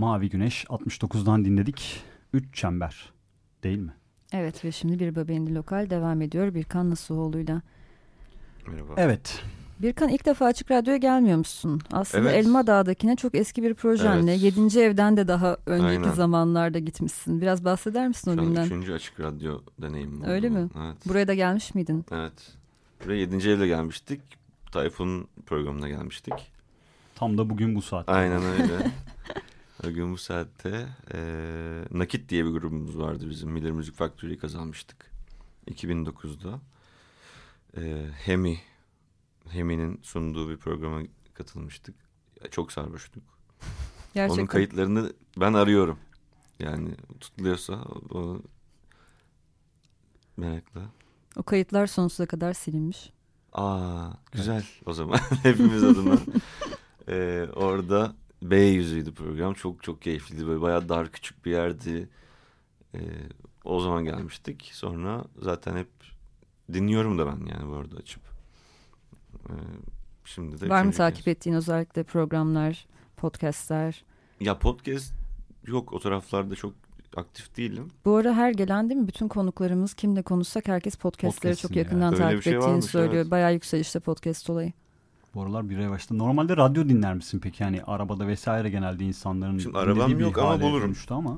Speaker 2: Mavi Güneş altmış dokuzdan dinledik. Üç çember değil mi?
Speaker 3: Evet ve şimdi Bir Babendi Lokal devam ediyor Birkan Nasuhoğlu'yla.
Speaker 4: Merhaba.
Speaker 2: Evet.
Speaker 3: Birkan ilk defa Açık Radyo'ya gelmiyormuşsun. Aslında
Speaker 4: Evet.
Speaker 3: Elma Dağ'dakine çok eski bir projenle.
Speaker 4: Evet.
Speaker 3: Yedinci evden de daha önceki
Speaker 4: Aynen.
Speaker 3: zamanlarda gitmişsin. Biraz bahseder misin o
Speaker 4: Şu an
Speaker 3: günden?
Speaker 4: üçüncü Açık Radyo deneyimim oldu.
Speaker 3: Öyle mi?
Speaker 4: Evet.
Speaker 3: Buraya da gelmiş miydin?
Speaker 4: Evet. Buraya yedinci evle gelmiştik. Tayfun programına gelmiştik.
Speaker 2: Tam da bugün bu saat.
Speaker 4: Aynen öyle. Bugün bu saatte e, Nakit diye bir grubumuz vardı bizim. Miller Müzik Factory'yi kazanmıştık. iki bin dokuzda. E, Hemi. Hemi'nin sunduğu bir programa katılmıştık. Çok sarhoştuk.
Speaker 3: Gerçekten.
Speaker 4: Onun kayıtlarını ben arıyorum. Yani tutuluyorsa o merakla.
Speaker 3: O kayıtlar sonsuza kadar silinmiş.
Speaker 4: Aa güzel o zaman hepimiz adına. Ee, orada B yüzüydü program. Çok çok keyifliydi. Böyle bayağı dar küçük bir yerdi. Ee, o zaman gelmiştik. Sonra zaten hep dinliyorum da ben yani bu arada açıp. Ee, şimdi de
Speaker 3: Var mı
Speaker 4: üçüncü
Speaker 3: takip
Speaker 4: kez.
Speaker 3: ettiğin özellikle programlar, podcastler?
Speaker 4: Ya podcast yok, o taraflarda çok aktif değilim.
Speaker 3: Bu ara her gelen değil mi? Bütün konuklarımız kimle konuşsak herkes podcastleri
Speaker 2: Podcast'in
Speaker 3: çok
Speaker 2: ya.
Speaker 3: yakından
Speaker 4: Öyle bir
Speaker 3: takip
Speaker 4: şey
Speaker 3: ettiğini
Speaker 4: varmış,
Speaker 3: söylüyor.
Speaker 4: evet.
Speaker 3: Bayağı yükselişte podcast olayı.
Speaker 2: Bu aralar bir revaçta. Normalde radyo dinler misin peki? Yani arabada vesaire genelde insanların
Speaker 4: Şimdi
Speaker 2: dinlediği
Speaker 4: arabam
Speaker 2: bir
Speaker 4: yok ama
Speaker 2: hale
Speaker 4: bulurum.
Speaker 2: dönüştü ama.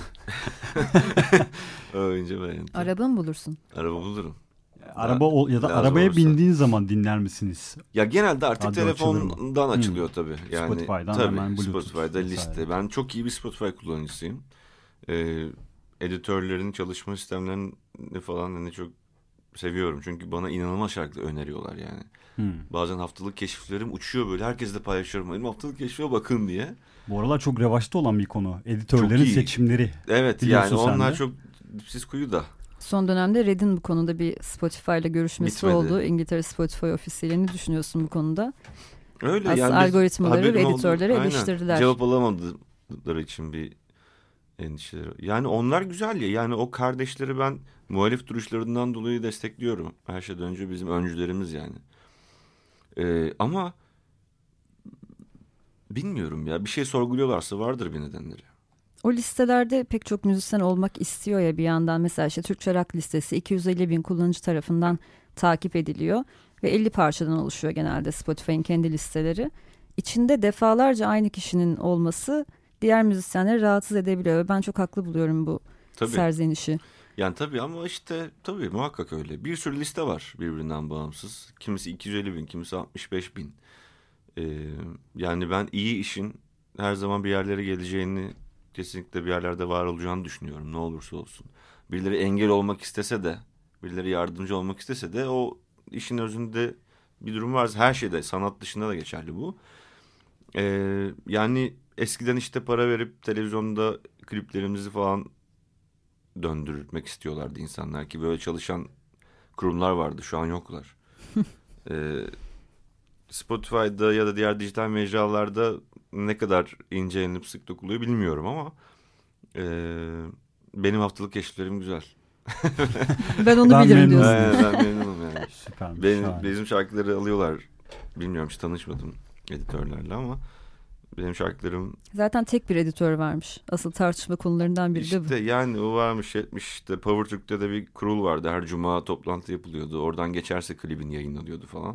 Speaker 4: Önce ben.
Speaker 3: Araba mı bulursun?
Speaker 4: Araba bulurum.
Speaker 2: Araba ol, ya da
Speaker 4: lazım
Speaker 2: arabaya
Speaker 4: olursa.
Speaker 2: bindiğin zaman dinler misiniz?
Speaker 4: Ya genelde artık
Speaker 2: Radyo açılır mı?
Speaker 4: telefondan açılıyor tabii. Yani
Speaker 2: Spotify'dan
Speaker 4: tabii,
Speaker 2: hemen Bluetooth
Speaker 4: Spotify'da
Speaker 2: vesaire.
Speaker 4: liste. Ben çok iyi bir Spotify kullanıcısıyım. Ee, editörlerin çalışma sistemlerini falan hani çok seviyorum. Çünkü bana inanılmaz şarkı öneriyorlar yani.
Speaker 2: Hmm.
Speaker 4: Bazen haftalık keşiflerim uçuyor böyle. Herkesle paylaşıyorum. Benim haftalık keşfime bakın diye.
Speaker 2: Bu aralar çok revaçta olan bir konu. Editörlerin
Speaker 4: Çok iyi.
Speaker 2: seçimleri.
Speaker 4: Evet
Speaker 2: Biliyorsun
Speaker 4: yani
Speaker 2: sen
Speaker 4: onlar
Speaker 2: de.
Speaker 4: çok dipsiz kuyuda.
Speaker 3: Son dönemde Red'in bu konuda bir Spotify ile görüşmesi
Speaker 4: Bitmedi.
Speaker 3: oldu. İngiltere Spotify ofisiyle ne düşünüyorsun bu konuda?
Speaker 4: Öyle
Speaker 3: Aslında
Speaker 4: yani. biz
Speaker 3: algoritmaları
Speaker 4: haberin
Speaker 3: ve
Speaker 4: oldu-
Speaker 3: editörleri
Speaker 4: Aynen.
Speaker 3: eleştirdiler.
Speaker 4: Cevap alamadıkları için bir endişeleri. Yani onlar güzel ya. Yani o kardeşleri ben muhalif duruşlarından dolayı destekliyorum. Her şeyden önce bizim öncülerimiz yani. Ee, ama bilmiyorum ya. Bir şey sorguluyorlarsa vardır bir nedenleri.
Speaker 3: O listelerde pek çok müzisyen olmak istiyor ya bir yandan. Mesela işte Türkçe Rock listesi iki yüz elli bin kullanıcı tarafından takip ediliyor. Ve elli parçadan oluşuyor genelde Spotify'ın kendi listeleri. İçinde defalarca aynı kişinin olması diğer müzisyenleri rahatsız edebiliyor. Ben çok haklı buluyorum bu
Speaker 4: Tabii.
Speaker 3: serzenişi.
Speaker 4: Yani tabii ama işte tabii muhakkak öyle. Bir sürü liste var birbirinden bağımsız. Kimisi iki yüz elli bin, kimisi altmış beş bin. Ee, yani ben iyi işin her zaman bir yerlere geleceğini, kesinlikle bir yerlerde var olacağını düşünüyorum. Ne olursa olsun. Birileri engel olmak istese de, birileri yardımcı olmak istese de o işin özünde bir durum varsa her şeyde, sanat dışında da geçerli bu. Ee, yani eskiden işte para verip televizyonda kliplerimizi falan döndürmek istiyorlardı insanlar ki böyle çalışan kurumlar vardı, şu an yoklar. ee, Spotify'da ya da diğer dijital mecralarda ne kadar incelenip sık dokuluyor bilmiyorum ama e, benim haftalık keşiflerim güzel.
Speaker 3: Ben onu
Speaker 2: Ben
Speaker 3: bilirim
Speaker 2: memnunum.
Speaker 3: diyorsun.
Speaker 4: Aynen, ben memnunum yani.
Speaker 2: Süpermiş.
Speaker 4: Benim,
Speaker 2: şahane.
Speaker 4: bizim şarkıları alıyorlar. Bilmiyorum, hiç tanışmadım editörlerle ama benim şarkılarım
Speaker 3: Zaten tek bir editör varmış. Asıl tartışma konularından biri de bu.
Speaker 4: işte yani o varmış yetmiş işte Power Türk'te de bir kurul vardı. Her cuma toplantı yapılıyordu. Oradan geçerse klibin yayınlanıyordu falan.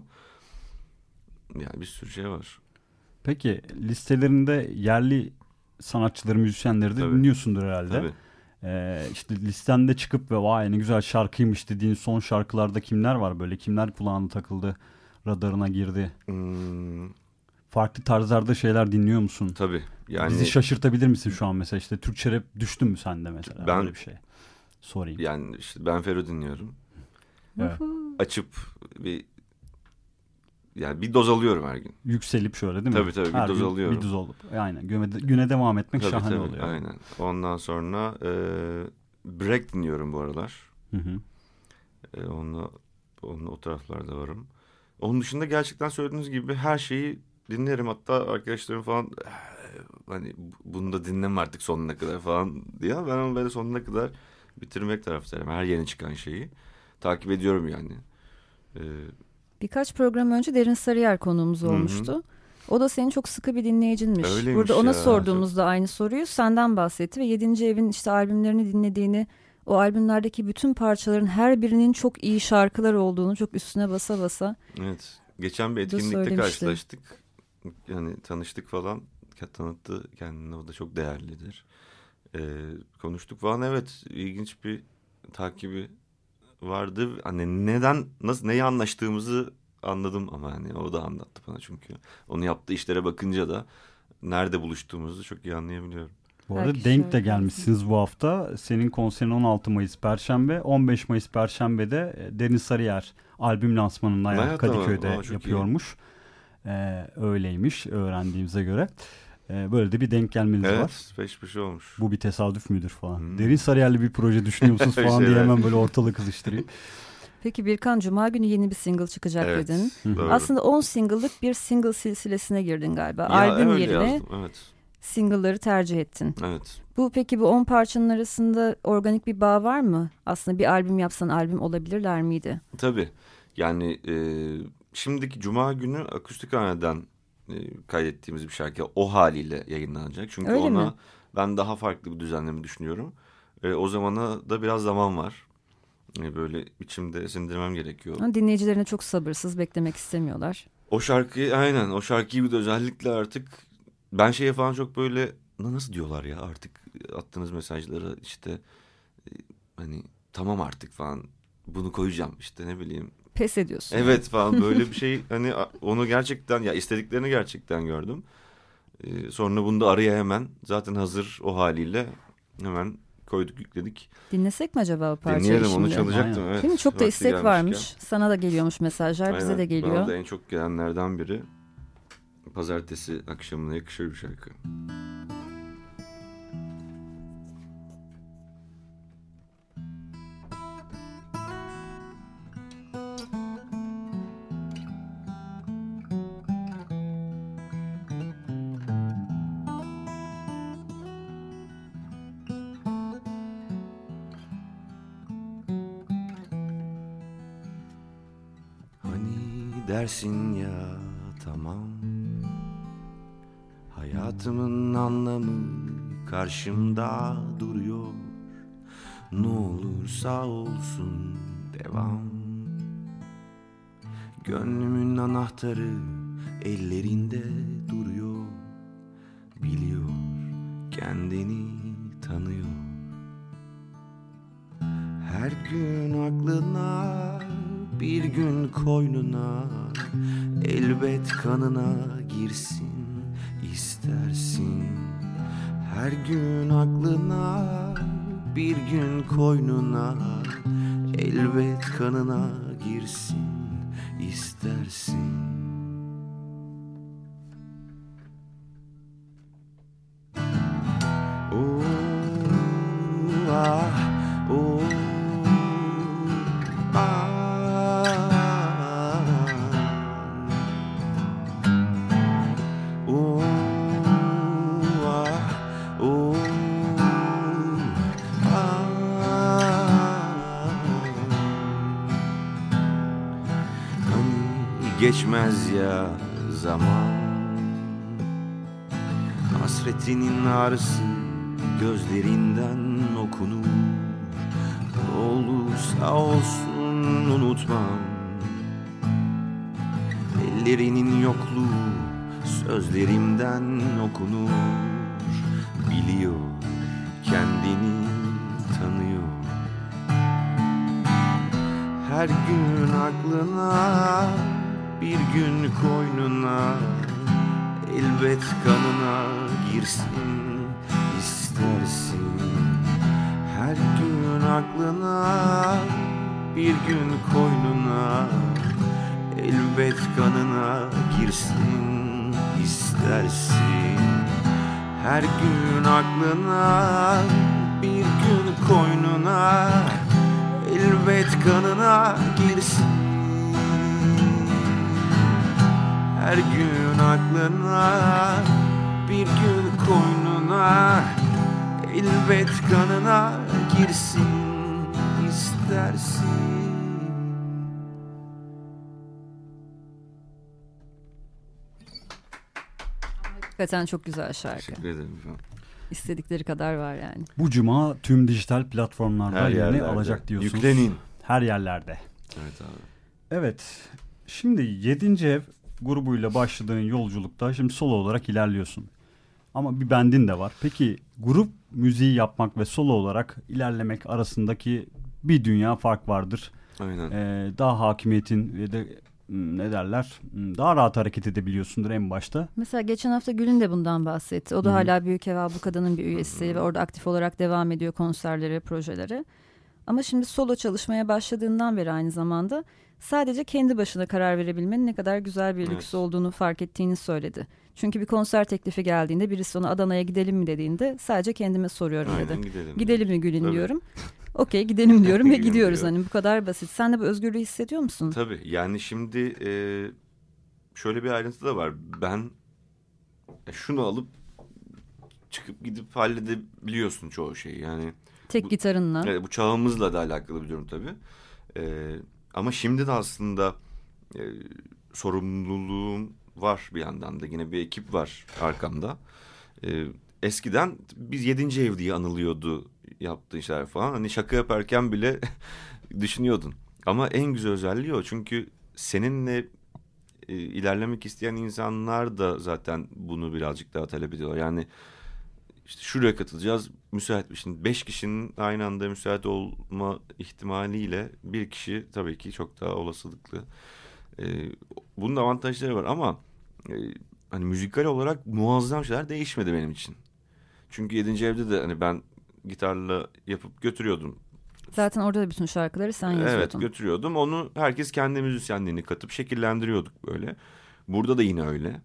Speaker 4: Yani bir sürü şey var.
Speaker 2: Peki listelerinde yerli sanatçıları, müzisyenleri de
Speaker 4: Tabii.
Speaker 2: dinliyorsundur herhalde.
Speaker 4: Tabii.
Speaker 2: Ee, işte listende çıkıp ve vay ne güzel şarkıymış dediğin son şarkılarda kimler var böyle? Kimler kulağına takıldı, radarına girdi?
Speaker 4: Hmm,
Speaker 2: Farklı tarzlarda şeyler dinliyor musun?
Speaker 4: tabii. Yani
Speaker 2: Bizi şaşırtabilir misin şu an mesela? İşte Türkçe rap düştü mü sende mesela?
Speaker 4: Ben-
Speaker 2: Böyle bir şey. Sorayım.
Speaker 4: yani işte ben Fero dinliyorum.
Speaker 2: Evet.
Speaker 4: Açıp bir yani bir doz alıyorum her gün.
Speaker 2: Yükselip şöyle değil mi?
Speaker 4: Tabii, tabii, bir
Speaker 2: Her
Speaker 4: doz
Speaker 2: gün
Speaker 4: alıyorum.
Speaker 2: Bir doz olup. Aynen. Güne, güne devam etmek
Speaker 4: Tabii,
Speaker 2: şahane
Speaker 4: tabii,
Speaker 2: oluyor.
Speaker 4: aynen. Ondan sonra e, Break dinliyorum bu aralar.
Speaker 2: Hı hı.
Speaker 4: E, onunla, onunla o taraflarda varım. Onun dışında gerçekten söylediğiniz gibi her şeyi dinlerim. Hatta arkadaşlarım falan hani bunu da dinleme artık sonuna kadar falan diye. Ben onu böyle sonuna kadar bitirmek taraftarıyım. Her yeni çıkan şeyi takip ediyorum yani. Ee,
Speaker 3: Birkaç program önce Derin Sarıyer konuğumuz
Speaker 4: Hı hı.
Speaker 3: olmuştu. O da senin çok sıkı bir dinleyicinmiş.
Speaker 4: Öyleymiş
Speaker 3: Burada ona
Speaker 4: ya,
Speaker 3: sorduğumuzda çok... aynı soruyu senden bahsetti ve yedinci Evin işte albümlerini dinlediğini, o albümlerdeki bütün parçaların her birinin çok iyi şarkılar olduğunu çok üstüne basa basa.
Speaker 4: Evet. Geçen bir etkinlikte karşılaştık. Yani tanıştık falan. Tanıttı kendini, o da çok değerlidir. Ee, konuştuk falan, evet, ilginç bir takibi vardı. Hani neden, nasıl, neyi anlaştığımızı anladım ama hani o da anlattı bana, çünkü onu yaptığı işlere bakınca da nerede buluştuğumuzu çok iyi anlayabiliyorum.
Speaker 2: Bu arada denk de gelmişsiniz bu hafta. Senin konserin on altı Mayıs Perşembe, on beş Mayıs Perşembe'de Deniz Sarıyer albüm lansmanını Ayağı Kadıköy'de Aa, yapıyormuş. Ee, öyleymiş öğrendiğimize göre. Ee, böyle de bir denk gelmeniz
Speaker 4: evet,
Speaker 2: var.
Speaker 4: Evet, peş peşe olmuş.
Speaker 2: Bu bir tesadüf müdür falan.
Speaker 4: Hmm.
Speaker 2: Deniz Sarıyer'li bir proje düşünüyor musunuz falan diye hemen böyle ortalığı kızıştırıyor.
Speaker 3: Peki Birkan, Cuma günü yeni bir single çıkacak
Speaker 4: evet,
Speaker 3: dedin.
Speaker 4: Doğru.
Speaker 3: Aslında on single'lık bir single silsilesine girdin galiba.
Speaker 4: Ya,
Speaker 3: albüm yerine
Speaker 4: yazdım, evet.
Speaker 3: single'ları tercih ettin.
Speaker 4: Evet.
Speaker 3: Bu peki bu on parçanın arasında organik bir bağ var mı? Aslında bir albüm yapsan albüm olabilirler miydi?
Speaker 4: Tabii. Yani e, şimdiki Cuma günü Akustikhane'den e, kaydettiğimiz bir şarkı o haliyle yayınlanacak. Çünkü
Speaker 3: Öyle
Speaker 4: ona
Speaker 3: mi?
Speaker 4: ben daha farklı bir düzenleme düşünüyorum. E, o zamana da biraz zaman var. E, böyle içimde sindirmem gerekiyor.
Speaker 3: Ha, dinleyicilerine çok sabırsız, beklemek istemiyorlar.
Speaker 4: O şarkıyı aynen o şarkıyı bir de özellikle artık ben şeye falan çok böyle nasıl diyorlar ya, artık attığınız mesajları işte e, hani tamam artık falan bunu koyacağım işte, ne bileyim.
Speaker 3: Pes ediyorsun.
Speaker 4: Evet falan böyle bir şey hani onu gerçekten ya istediklerini gerçekten gördüm. Ee, sonra bunu da araya hemen zaten hazır o haliyle hemen koyduk, yükledik.
Speaker 3: Dinlesek mi acaba o parçayı
Speaker 4: Dinleyelim,
Speaker 3: şimdi?
Speaker 4: onu çalacaktım. Evet,
Speaker 3: değil mi? Çok da istek
Speaker 4: gelmişken.
Speaker 3: varmış. Sana da geliyormuş mesajlar,
Speaker 4: Aynen,
Speaker 3: bize de geliyor.
Speaker 4: bana da en çok gelenlerden biri. Pazartesi akşamına yakışır bir şarkı. Dersin ya tamam, hayatımın anlamı karşımda duruyor. Ne olursa olsun devam. Gönlümün anahtarı ellerinde duruyor. Biliyor, kendini tanıyor. Her gün aklına, bir gün koynuna, elbet kanına girsin istersin. Her gün aklına, bir gün koynuna, elbet kanına girsin istersin. Oh, ah, oh. Geçmez ya zaman, hasretinin ağrısı gözlerinden okunur. Olursa olsun unutmam, ellerinin yokluğu sözlerimden okunur. Biliyor, kendini tanıyor. Her gün aklına, bir gün koynuna, elbet kanına girsin istersin. Her gün aklına, bir gün koynuna, elbet kanına girsin istersin. Her gün aklına, bir gün koynuna, elbet kanına girsin. Her gün aklına, bir gün koynuna, elbet kanına girsin istersin.
Speaker 3: Hakikaten çok güzel şarkı.
Speaker 4: Teşekkür ederim.
Speaker 3: İstedikleri kadar var yani.
Speaker 2: Bu cuma tüm dijital platformlarda
Speaker 4: Her
Speaker 2: yerini
Speaker 4: yerlerde.
Speaker 2: alacak diyorsunuz.
Speaker 4: Yüklenin.
Speaker 2: Her yerlerde.
Speaker 4: Evet abi.
Speaker 2: Evet. Şimdi yedinci Ev grubuyla başladığın yolculukta şimdi solo olarak ilerliyorsun. Ama bir bendin de var. Peki grup müziği yapmak ve solo olarak ilerlemek arasındaki bir dünya fark vardır.
Speaker 4: Aynen.
Speaker 2: Ee, daha hakimiyetin ve de ne derler daha rahat hareket edebiliyorsundur en başta.
Speaker 3: Mesela geçen hafta Gül'ün de bundan bahsetti. O da
Speaker 2: Hı-hı.
Speaker 3: hala Büyük Ev Ablukada'nın bir üyesi Hı-hı. ve orada aktif olarak devam ediyor konserlere, projelere. Ama şimdi solo çalışmaya başladığından beri aynı zamanda sadece kendi başına karar verebilmenin ne kadar güzel bir lüks evet. olduğunu fark ettiğini söyledi. Çünkü bir konser teklifi geldiğinde birisi ona Adana'ya gidelim mi dediğinde sadece kendime soruyorum
Speaker 4: Aynen,
Speaker 3: dedi.
Speaker 4: Gidelim,
Speaker 3: gidelim mi Gül'ün diyorum. Okey gidelim diyorum ve gidiyoruz
Speaker 4: diyor.
Speaker 3: Hani bu kadar basit. Sen de bu özgürlüğü hissediyor musun?
Speaker 4: Tabii yani şimdi e, şöyle bir ayrıntı da var. Ben şunu alıp çıkıp gidip halledebiliyorsun çoğu şeyi yani.
Speaker 3: Tek
Speaker 4: bu,
Speaker 3: gitarınla.
Speaker 4: Evet, bu çağımızla da alakalı bir durum tabii. E, ama şimdi de aslında e, sorumluluğum var bir yandan da. Yine bir ekip var arkamda. E, eskiden biz yedinci ev diye anılıyordu yaptığı işler falan. Hani şaka yaparken bile düşünüyordun. Ama en güzel özelliği o. Çünkü seninle e, ilerlemek isteyen insanlar da zaten bunu birazcık daha talep ediyorlar. Yani işte şuraya katılacağız. Müsait bir şimdi beş kişinin aynı anda müsait olma ihtimaliyle bir kişi tabii ki çok daha olasılıklı. E, bunun avantajları var ama e, hani müzikal olarak muazzam şeyler değişmedi benim için. Çünkü yedinci evde de hani ben gitarla yapıp götürüyordum.
Speaker 3: Zaten orada da bütün şarkıları sen yazıyordun.
Speaker 4: Evet götürüyordum. Onu herkes kendi müzisyenliğini katıp şekillendiriyorduk böyle. Burada da yine öyle.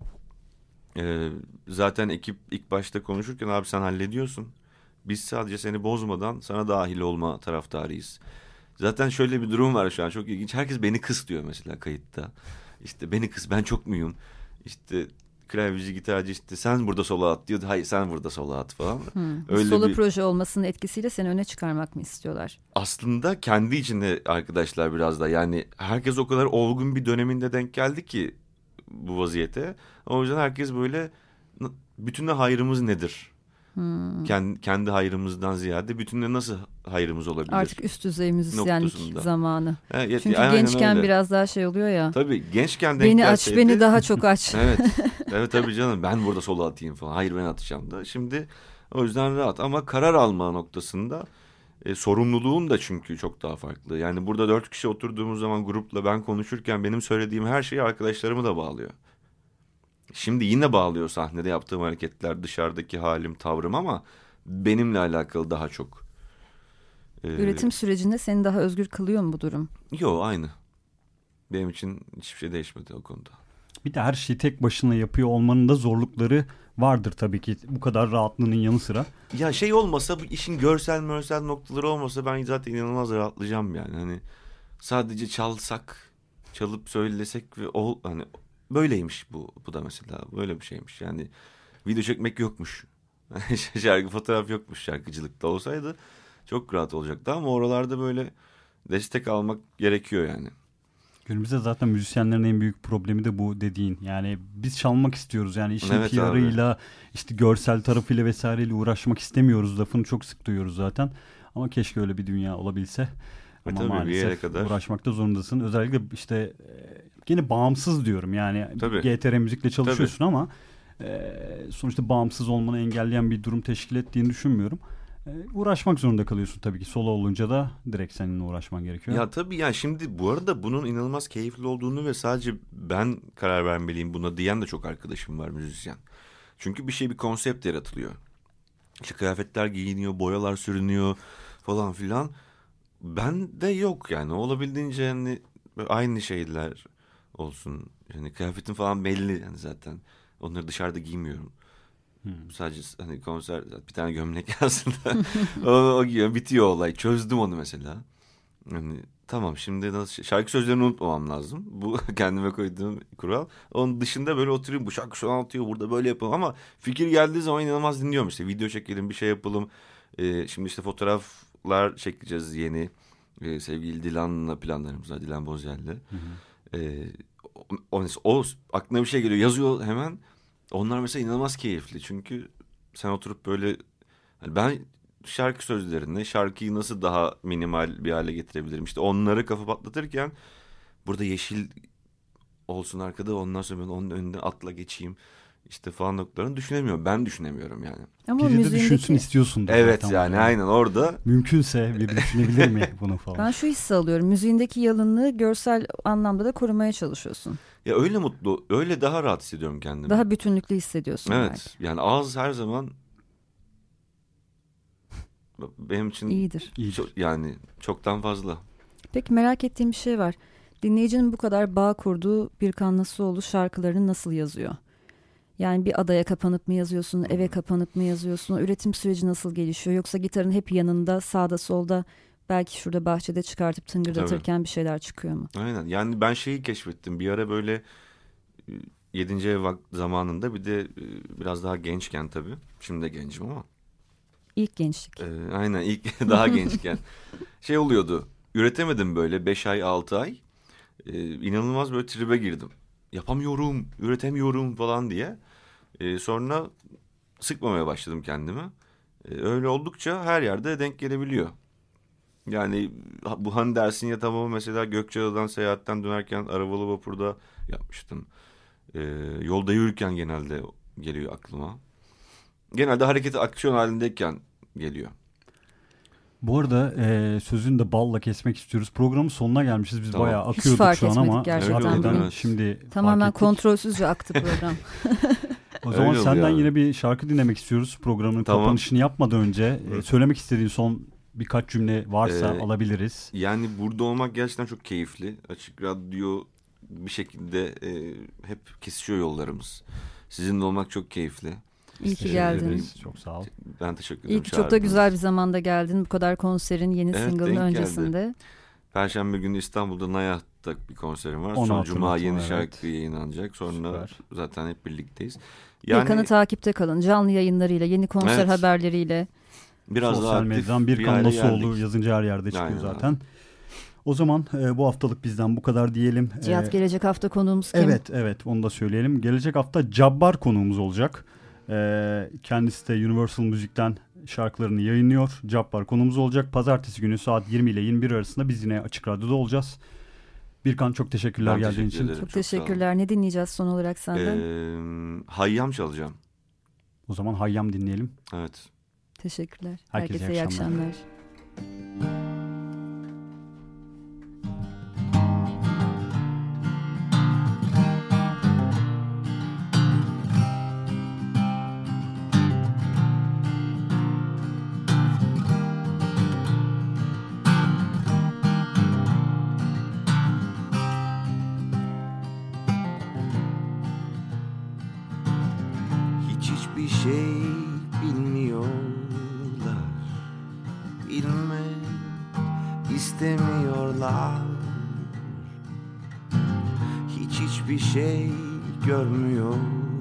Speaker 4: Ee, zaten ekip ilk başta konuşurken abi sen hallediyorsun. Biz sadece seni bozmadan sana dahil olma taraftarıyız. Zaten şöyle bir durum var şu an çok ilginç. Herkes beni kıs diyor mesela kayıtta. İşte beni kıs ben çok muyum? İşte klavyeci, gitarcı işte sen burada solo at diyor. Hayır sen burada solo at falan.
Speaker 3: Hmm. Öyle solo bir proje olmasının etkisiyle seni öne çıkarmak mı istiyorlar?
Speaker 4: Aslında kendi içinde arkadaşlar biraz da yani herkes o kadar olgun bir döneminde denk geldi ki bu vaziyete. O yüzden herkes böyle bütünle hayrımız nedir?
Speaker 3: Hmm.
Speaker 4: Kendi, kendi hayrımızdan ziyade bütünle nasıl hayrımız olabilir?
Speaker 3: Artık üst düzey müzisyenlik noktasında. Zamanı.
Speaker 4: Evet,
Speaker 3: Çünkü gençken öyle. Biraz daha şey oluyor ya.
Speaker 4: Tabii gençken denk
Speaker 3: beni
Speaker 4: gelseydi,
Speaker 3: aç beni daha çok aç.
Speaker 4: Evet. Evet tabii canım ben burada solo atayım falan. Hayır ben atacağım da. Şimdi o yüzden rahat ama karar alma noktasında e, sorumluluğum da çünkü çok daha farklı. Yani burada dört kişi oturduğumuz zaman grupla ben konuşurken benim söylediğim her şeyi arkadaşlarımı da bağlıyor. Şimdi yine bağlıyor sahnede yaptığım hareketler, dışarıdaki halim, tavrım ama benimle alakalı daha çok.
Speaker 3: Ee, Üretim sürecinde seni daha özgür kılıyor mu bu durum?
Speaker 4: Yok aynı. Benim için hiçbir şey değişmedi o konuda.
Speaker 2: Bir de her şeyi tek başına yapıyor olmanın da zorlukları vardır tabii ki bu kadar rahatlığının yanı sıra.
Speaker 4: Ya şey olmasa bu işin görsel mörsel noktaları olmasa ben zaten inanılmaz rahatlayacağım yani. Hani sadece çalsak, çalıp söylesek ve ol hani böyleymiş bu bu da mesela böyle bir şeymiş. Yani video çekmek yokmuş. Şarkı fotoğraf yokmuş şarkıcılıkta olsaydı çok rahat olacaktı ama oralarda böyle destek almak gerekiyor yani.
Speaker 2: Günümüzde zaten müzisyenlerin en büyük problemi de bu dediğin. Yani biz çalmak istiyoruz. Yani işin
Speaker 4: evet,
Speaker 2: P R'ıyla işte görsel tarafıyla vesaireyle uğraşmak istemiyoruz. Lafını çok sık duyuyoruz zaten. Ama keşke öyle bir dünya olabilse.
Speaker 4: E
Speaker 2: ama
Speaker 4: tabii,
Speaker 2: maalesef
Speaker 4: kadar.
Speaker 2: uğraşmakta zorundasın. Özellikle işte yine bağımsız diyorum. Yani tabii. G T R müzikle çalışıyorsun tabii. ama e, sonuçta bağımsız olmanı engelleyen bir durum teşkil ettiğini düşünmüyorum. Ee, uğraşmak zorunda kalıyorsun tabii ki. Solo olunca da direkt seninle uğraşman gerekiyor.
Speaker 4: Ya tabii yani şimdi bu arada bunun inanılmaz keyifli olduğunu ve sadece ben karar vermeliyim buna diyen de çok arkadaşım var müzisyen. Çünkü bir şey bir konsept yaratılıyor. İşte kıyafetler giyiniyor, boyalar sürünüyor falan filan. Ben de yok yani olabildiğince hani aynı şeyler olsun. Yani kıyafetim falan belli yani zaten. Onları dışarıda giymiyorum. Hmm. Sadece hani konser bir tane gömlek aslında o, o giyiyor bitiyor olay çözdüm onu mesela hani tamam şimdi nasıl şarkı sözlerini unutmamam lazım bu kendime koyduğum kural onun dışında böyle oturayım bu şarkı şu an atıyor burada böyle yapalım ama fikir geldiği zaman inanılmaz dinliyorum işte video çekelim bir şey yapalım ee, şimdi işte fotoğraflar çekeceğiz yeni ee, sevgili Dilan'la planlarımız var Dilan Bozyel'le ee, o, o, o aklına bir şey geliyor yazıyor hemen. Onlar mesela inanılmaz keyifli. Çünkü sen oturup böyle hani ben şarkı sözlerine şarkıyı nasıl daha minimal bir hale getirebilirim? İşte onları kafa patlatırken burada yeşil olsun arkada, ondan sonra ben onun önünden atla geçeyim işte falan noktalarını düşünemiyorum. Ben düşünemiyorum yani.
Speaker 3: Ama
Speaker 2: Biri de
Speaker 3: müziğindeki...
Speaker 2: düşünsün istiyorsundur.
Speaker 4: Evet
Speaker 2: zaten
Speaker 4: yani
Speaker 2: yani.
Speaker 4: aynen orada.
Speaker 2: Mümkünse biri düşünebilir mi bunu falan.
Speaker 3: Ben şu hissi alıyorum. Müziğindeki yalınlığı görsel anlamda da korumaya çalışıyorsun.
Speaker 4: Ya öyle mutlu, öyle daha rahat hissediyorum kendimi.
Speaker 3: Daha bütünlüklü hissediyorsun
Speaker 4: Evet
Speaker 3: belki.
Speaker 4: yani ağız her zaman benim için
Speaker 3: İyidir.
Speaker 4: çok, yani çoktan fazla.
Speaker 3: Peki merak ettiğim bir şey var. Dinleyicinin bu kadar bağ kurduğu Birkan Nasuoğlu şarkılarını nasıl yazıyor? Yani bir adaya kapanıp mı yazıyorsun, eve kapanıp mı yazıyorsun? Üretim süreci nasıl gelişiyor? Yoksa gitarın hep yanında, sağda solda, belki şurada bahçede çıkartıp tıngırdatırken Tabii. bir şeyler çıkıyor mu?
Speaker 4: Aynen. Yani ben şeyi keşfettim. Bir ara böyle yedinci ev zamanında, bir de biraz daha gençken tabii. Şimdi de gencim ama.
Speaker 3: İlk gençlik.
Speaker 4: Ee, aynen ilk daha gençken. Şey oluyordu. Üretemedim böyle beş ay altı ay. Ee, inanılmaz böyle tribe girdim. Yapamıyorum, üretemiyorum falan diye. Ee, sonra sıkmamaya başladım kendimi. Ee, öyle oldukça her yerde denk gelebiliyor. Yani bu hani dersin ya tamamı mesela Gökçeada'dan seyahatten dönerken arabalı vapurda yapmıştım. Ee, yolda yürürken genelde geliyor aklıma. Genelde hareketi aksiyon halindeyken geliyor.
Speaker 2: Bu arada e, sözünü de balla kesmek istiyoruz. Programın sonuna gelmişiz. Biz
Speaker 4: tamam.
Speaker 2: bayağı
Speaker 3: Hiç
Speaker 2: akıyorduk
Speaker 3: fark
Speaker 2: şu an ama.
Speaker 3: Gerçekten
Speaker 4: evet.
Speaker 2: Şimdi
Speaker 3: tamamen kontrolsüzce aktı program.
Speaker 2: O zaman
Speaker 4: Öyle
Speaker 2: senden
Speaker 4: oluyor.
Speaker 2: yine bir şarkı dinlemek istiyoruz. Programın
Speaker 4: Tamam.
Speaker 2: kapanışını yapmadan önce e, söylemek istediğin son birkaç cümle varsa
Speaker 4: Ee,
Speaker 2: alabiliriz.
Speaker 4: Yani burada olmak gerçekten çok keyifli. Açık Radyo bir şekilde e, hep kesişiyor yollarımız. Sizinle olmak çok keyifli.
Speaker 3: İyi ki geldin.
Speaker 2: Çok sağ ol.
Speaker 4: Ben teşekkür ederim.
Speaker 3: İyi ki çok da güzel bir zamanda geldin. Bu kadar konserin yeni
Speaker 4: Evet,
Speaker 3: single'ın
Speaker 4: denk
Speaker 3: öncesinde.
Speaker 4: geldi. Perşembe günü İstanbul'da Nayah'ta bir konserim var.
Speaker 2: Onu
Speaker 4: Sonra Cuma yeni
Speaker 2: evet.
Speaker 4: şarkı yayınlanacak. Sonra
Speaker 2: Süper.
Speaker 4: zaten hep birlikteyiz.
Speaker 3: Yani, Birkan'ı takipte kalın. Canlı yayınlarıyla, yeni konser
Speaker 4: Evet.
Speaker 3: haberleriyle.
Speaker 4: Biraz
Speaker 2: Sosyal
Speaker 4: daha aktif
Speaker 2: medyadan
Speaker 4: bir
Speaker 2: Birkan
Speaker 4: hale
Speaker 2: Nasuoğlu
Speaker 4: geldik.
Speaker 2: yazınca her yerde çıkıyor
Speaker 4: Aynen
Speaker 2: zaten.
Speaker 4: abi.
Speaker 2: O zaman e, bu haftalık bizden bu kadar diyelim.
Speaker 3: Cihat
Speaker 2: E,
Speaker 3: gelecek hafta konuğumuz kim?
Speaker 2: Evet evet onu da söyleyelim. Gelecek hafta Cabbar konuğumuz olacak. E, kendisi de Universal Müzik'ten şarkılarını yayınlıyor. Cabbar konuğumuz olacak. Pazartesi günü saat yirmi ile yirmi bir arasında biz yine Açık Radyo'da olacağız. Birkan çok teşekkürler
Speaker 4: Ben
Speaker 2: geldiğin
Speaker 4: teşekkür
Speaker 2: için.
Speaker 4: ederim.
Speaker 3: Çok,
Speaker 4: Çok
Speaker 3: teşekkürler. Ne dinleyeceğiz son olarak senden?
Speaker 4: Ee, Hayyam çalacağım.
Speaker 2: O zaman Hayyam dinleyelim.
Speaker 4: Evet.
Speaker 3: Teşekkürler.
Speaker 2: Herkese
Speaker 3: Herkese
Speaker 2: iyi
Speaker 3: iyi
Speaker 2: akşamlar.
Speaker 3: akşamlar.
Speaker 5: Hiç hiçbir şey bilmiyorlar, bilmek istemiyorlar. Hiç hiçbir şey görmüyorlar,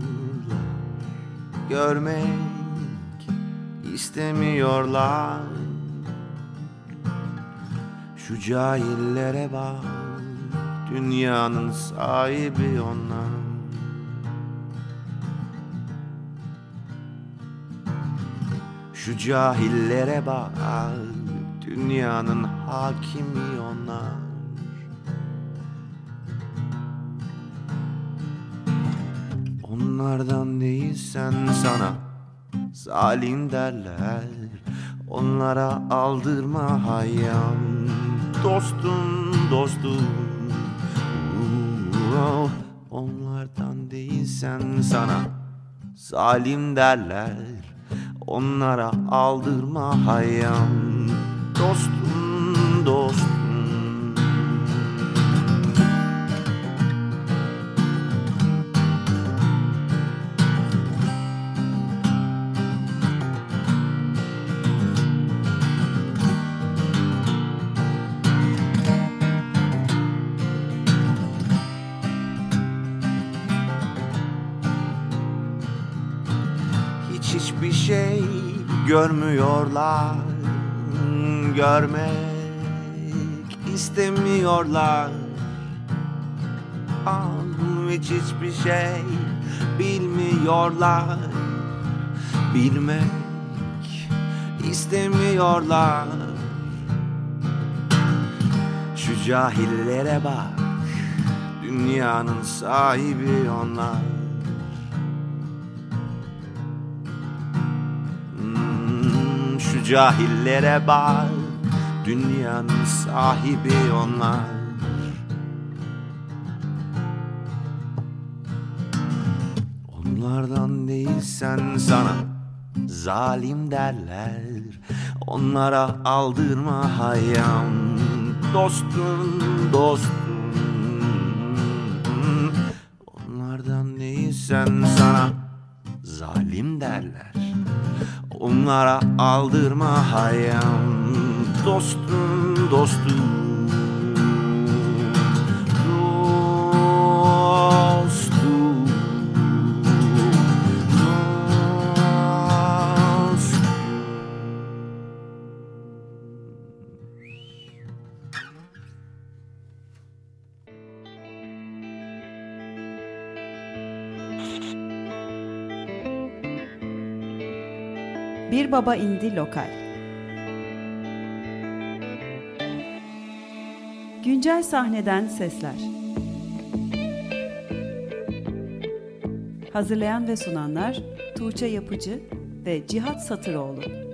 Speaker 5: görmek istemiyorlar. Şu cahillere bak, dünyanın sahibi onlar. Şu cahillere bak, dünyanın hakimi onlar. Onlardan değilsen sana zalim derler. Onlara aldırma hayyam, dostum dostum. Uh, onlardan değilsen sana zalim derler. Onlara aldırma hayyam, dostum dostum. Hiç hiçbir şey görmüyorlar, görmek istemiyorlar. Ah, hiç hiçbir şey bilmiyorlar. Bilmek istemiyorlar. Şu cahillere bak, dünyanın sahibi onlar. Hmm, şu cahillere bak, dünyanın sahibi onlar. Onlardan değilsen sana zalim derler. Onlara aldırma hayam, dostum, dostum. Onlardan değilsen sana zalim derler. Onlara aldırma hayam, dostum, dostum.
Speaker 1: Bir Baba indi lokal. Güncel sahneden sesler. Hazırlayan ve sunanlar Tuğçe Yapıcı ve Cihat Satıroğlu.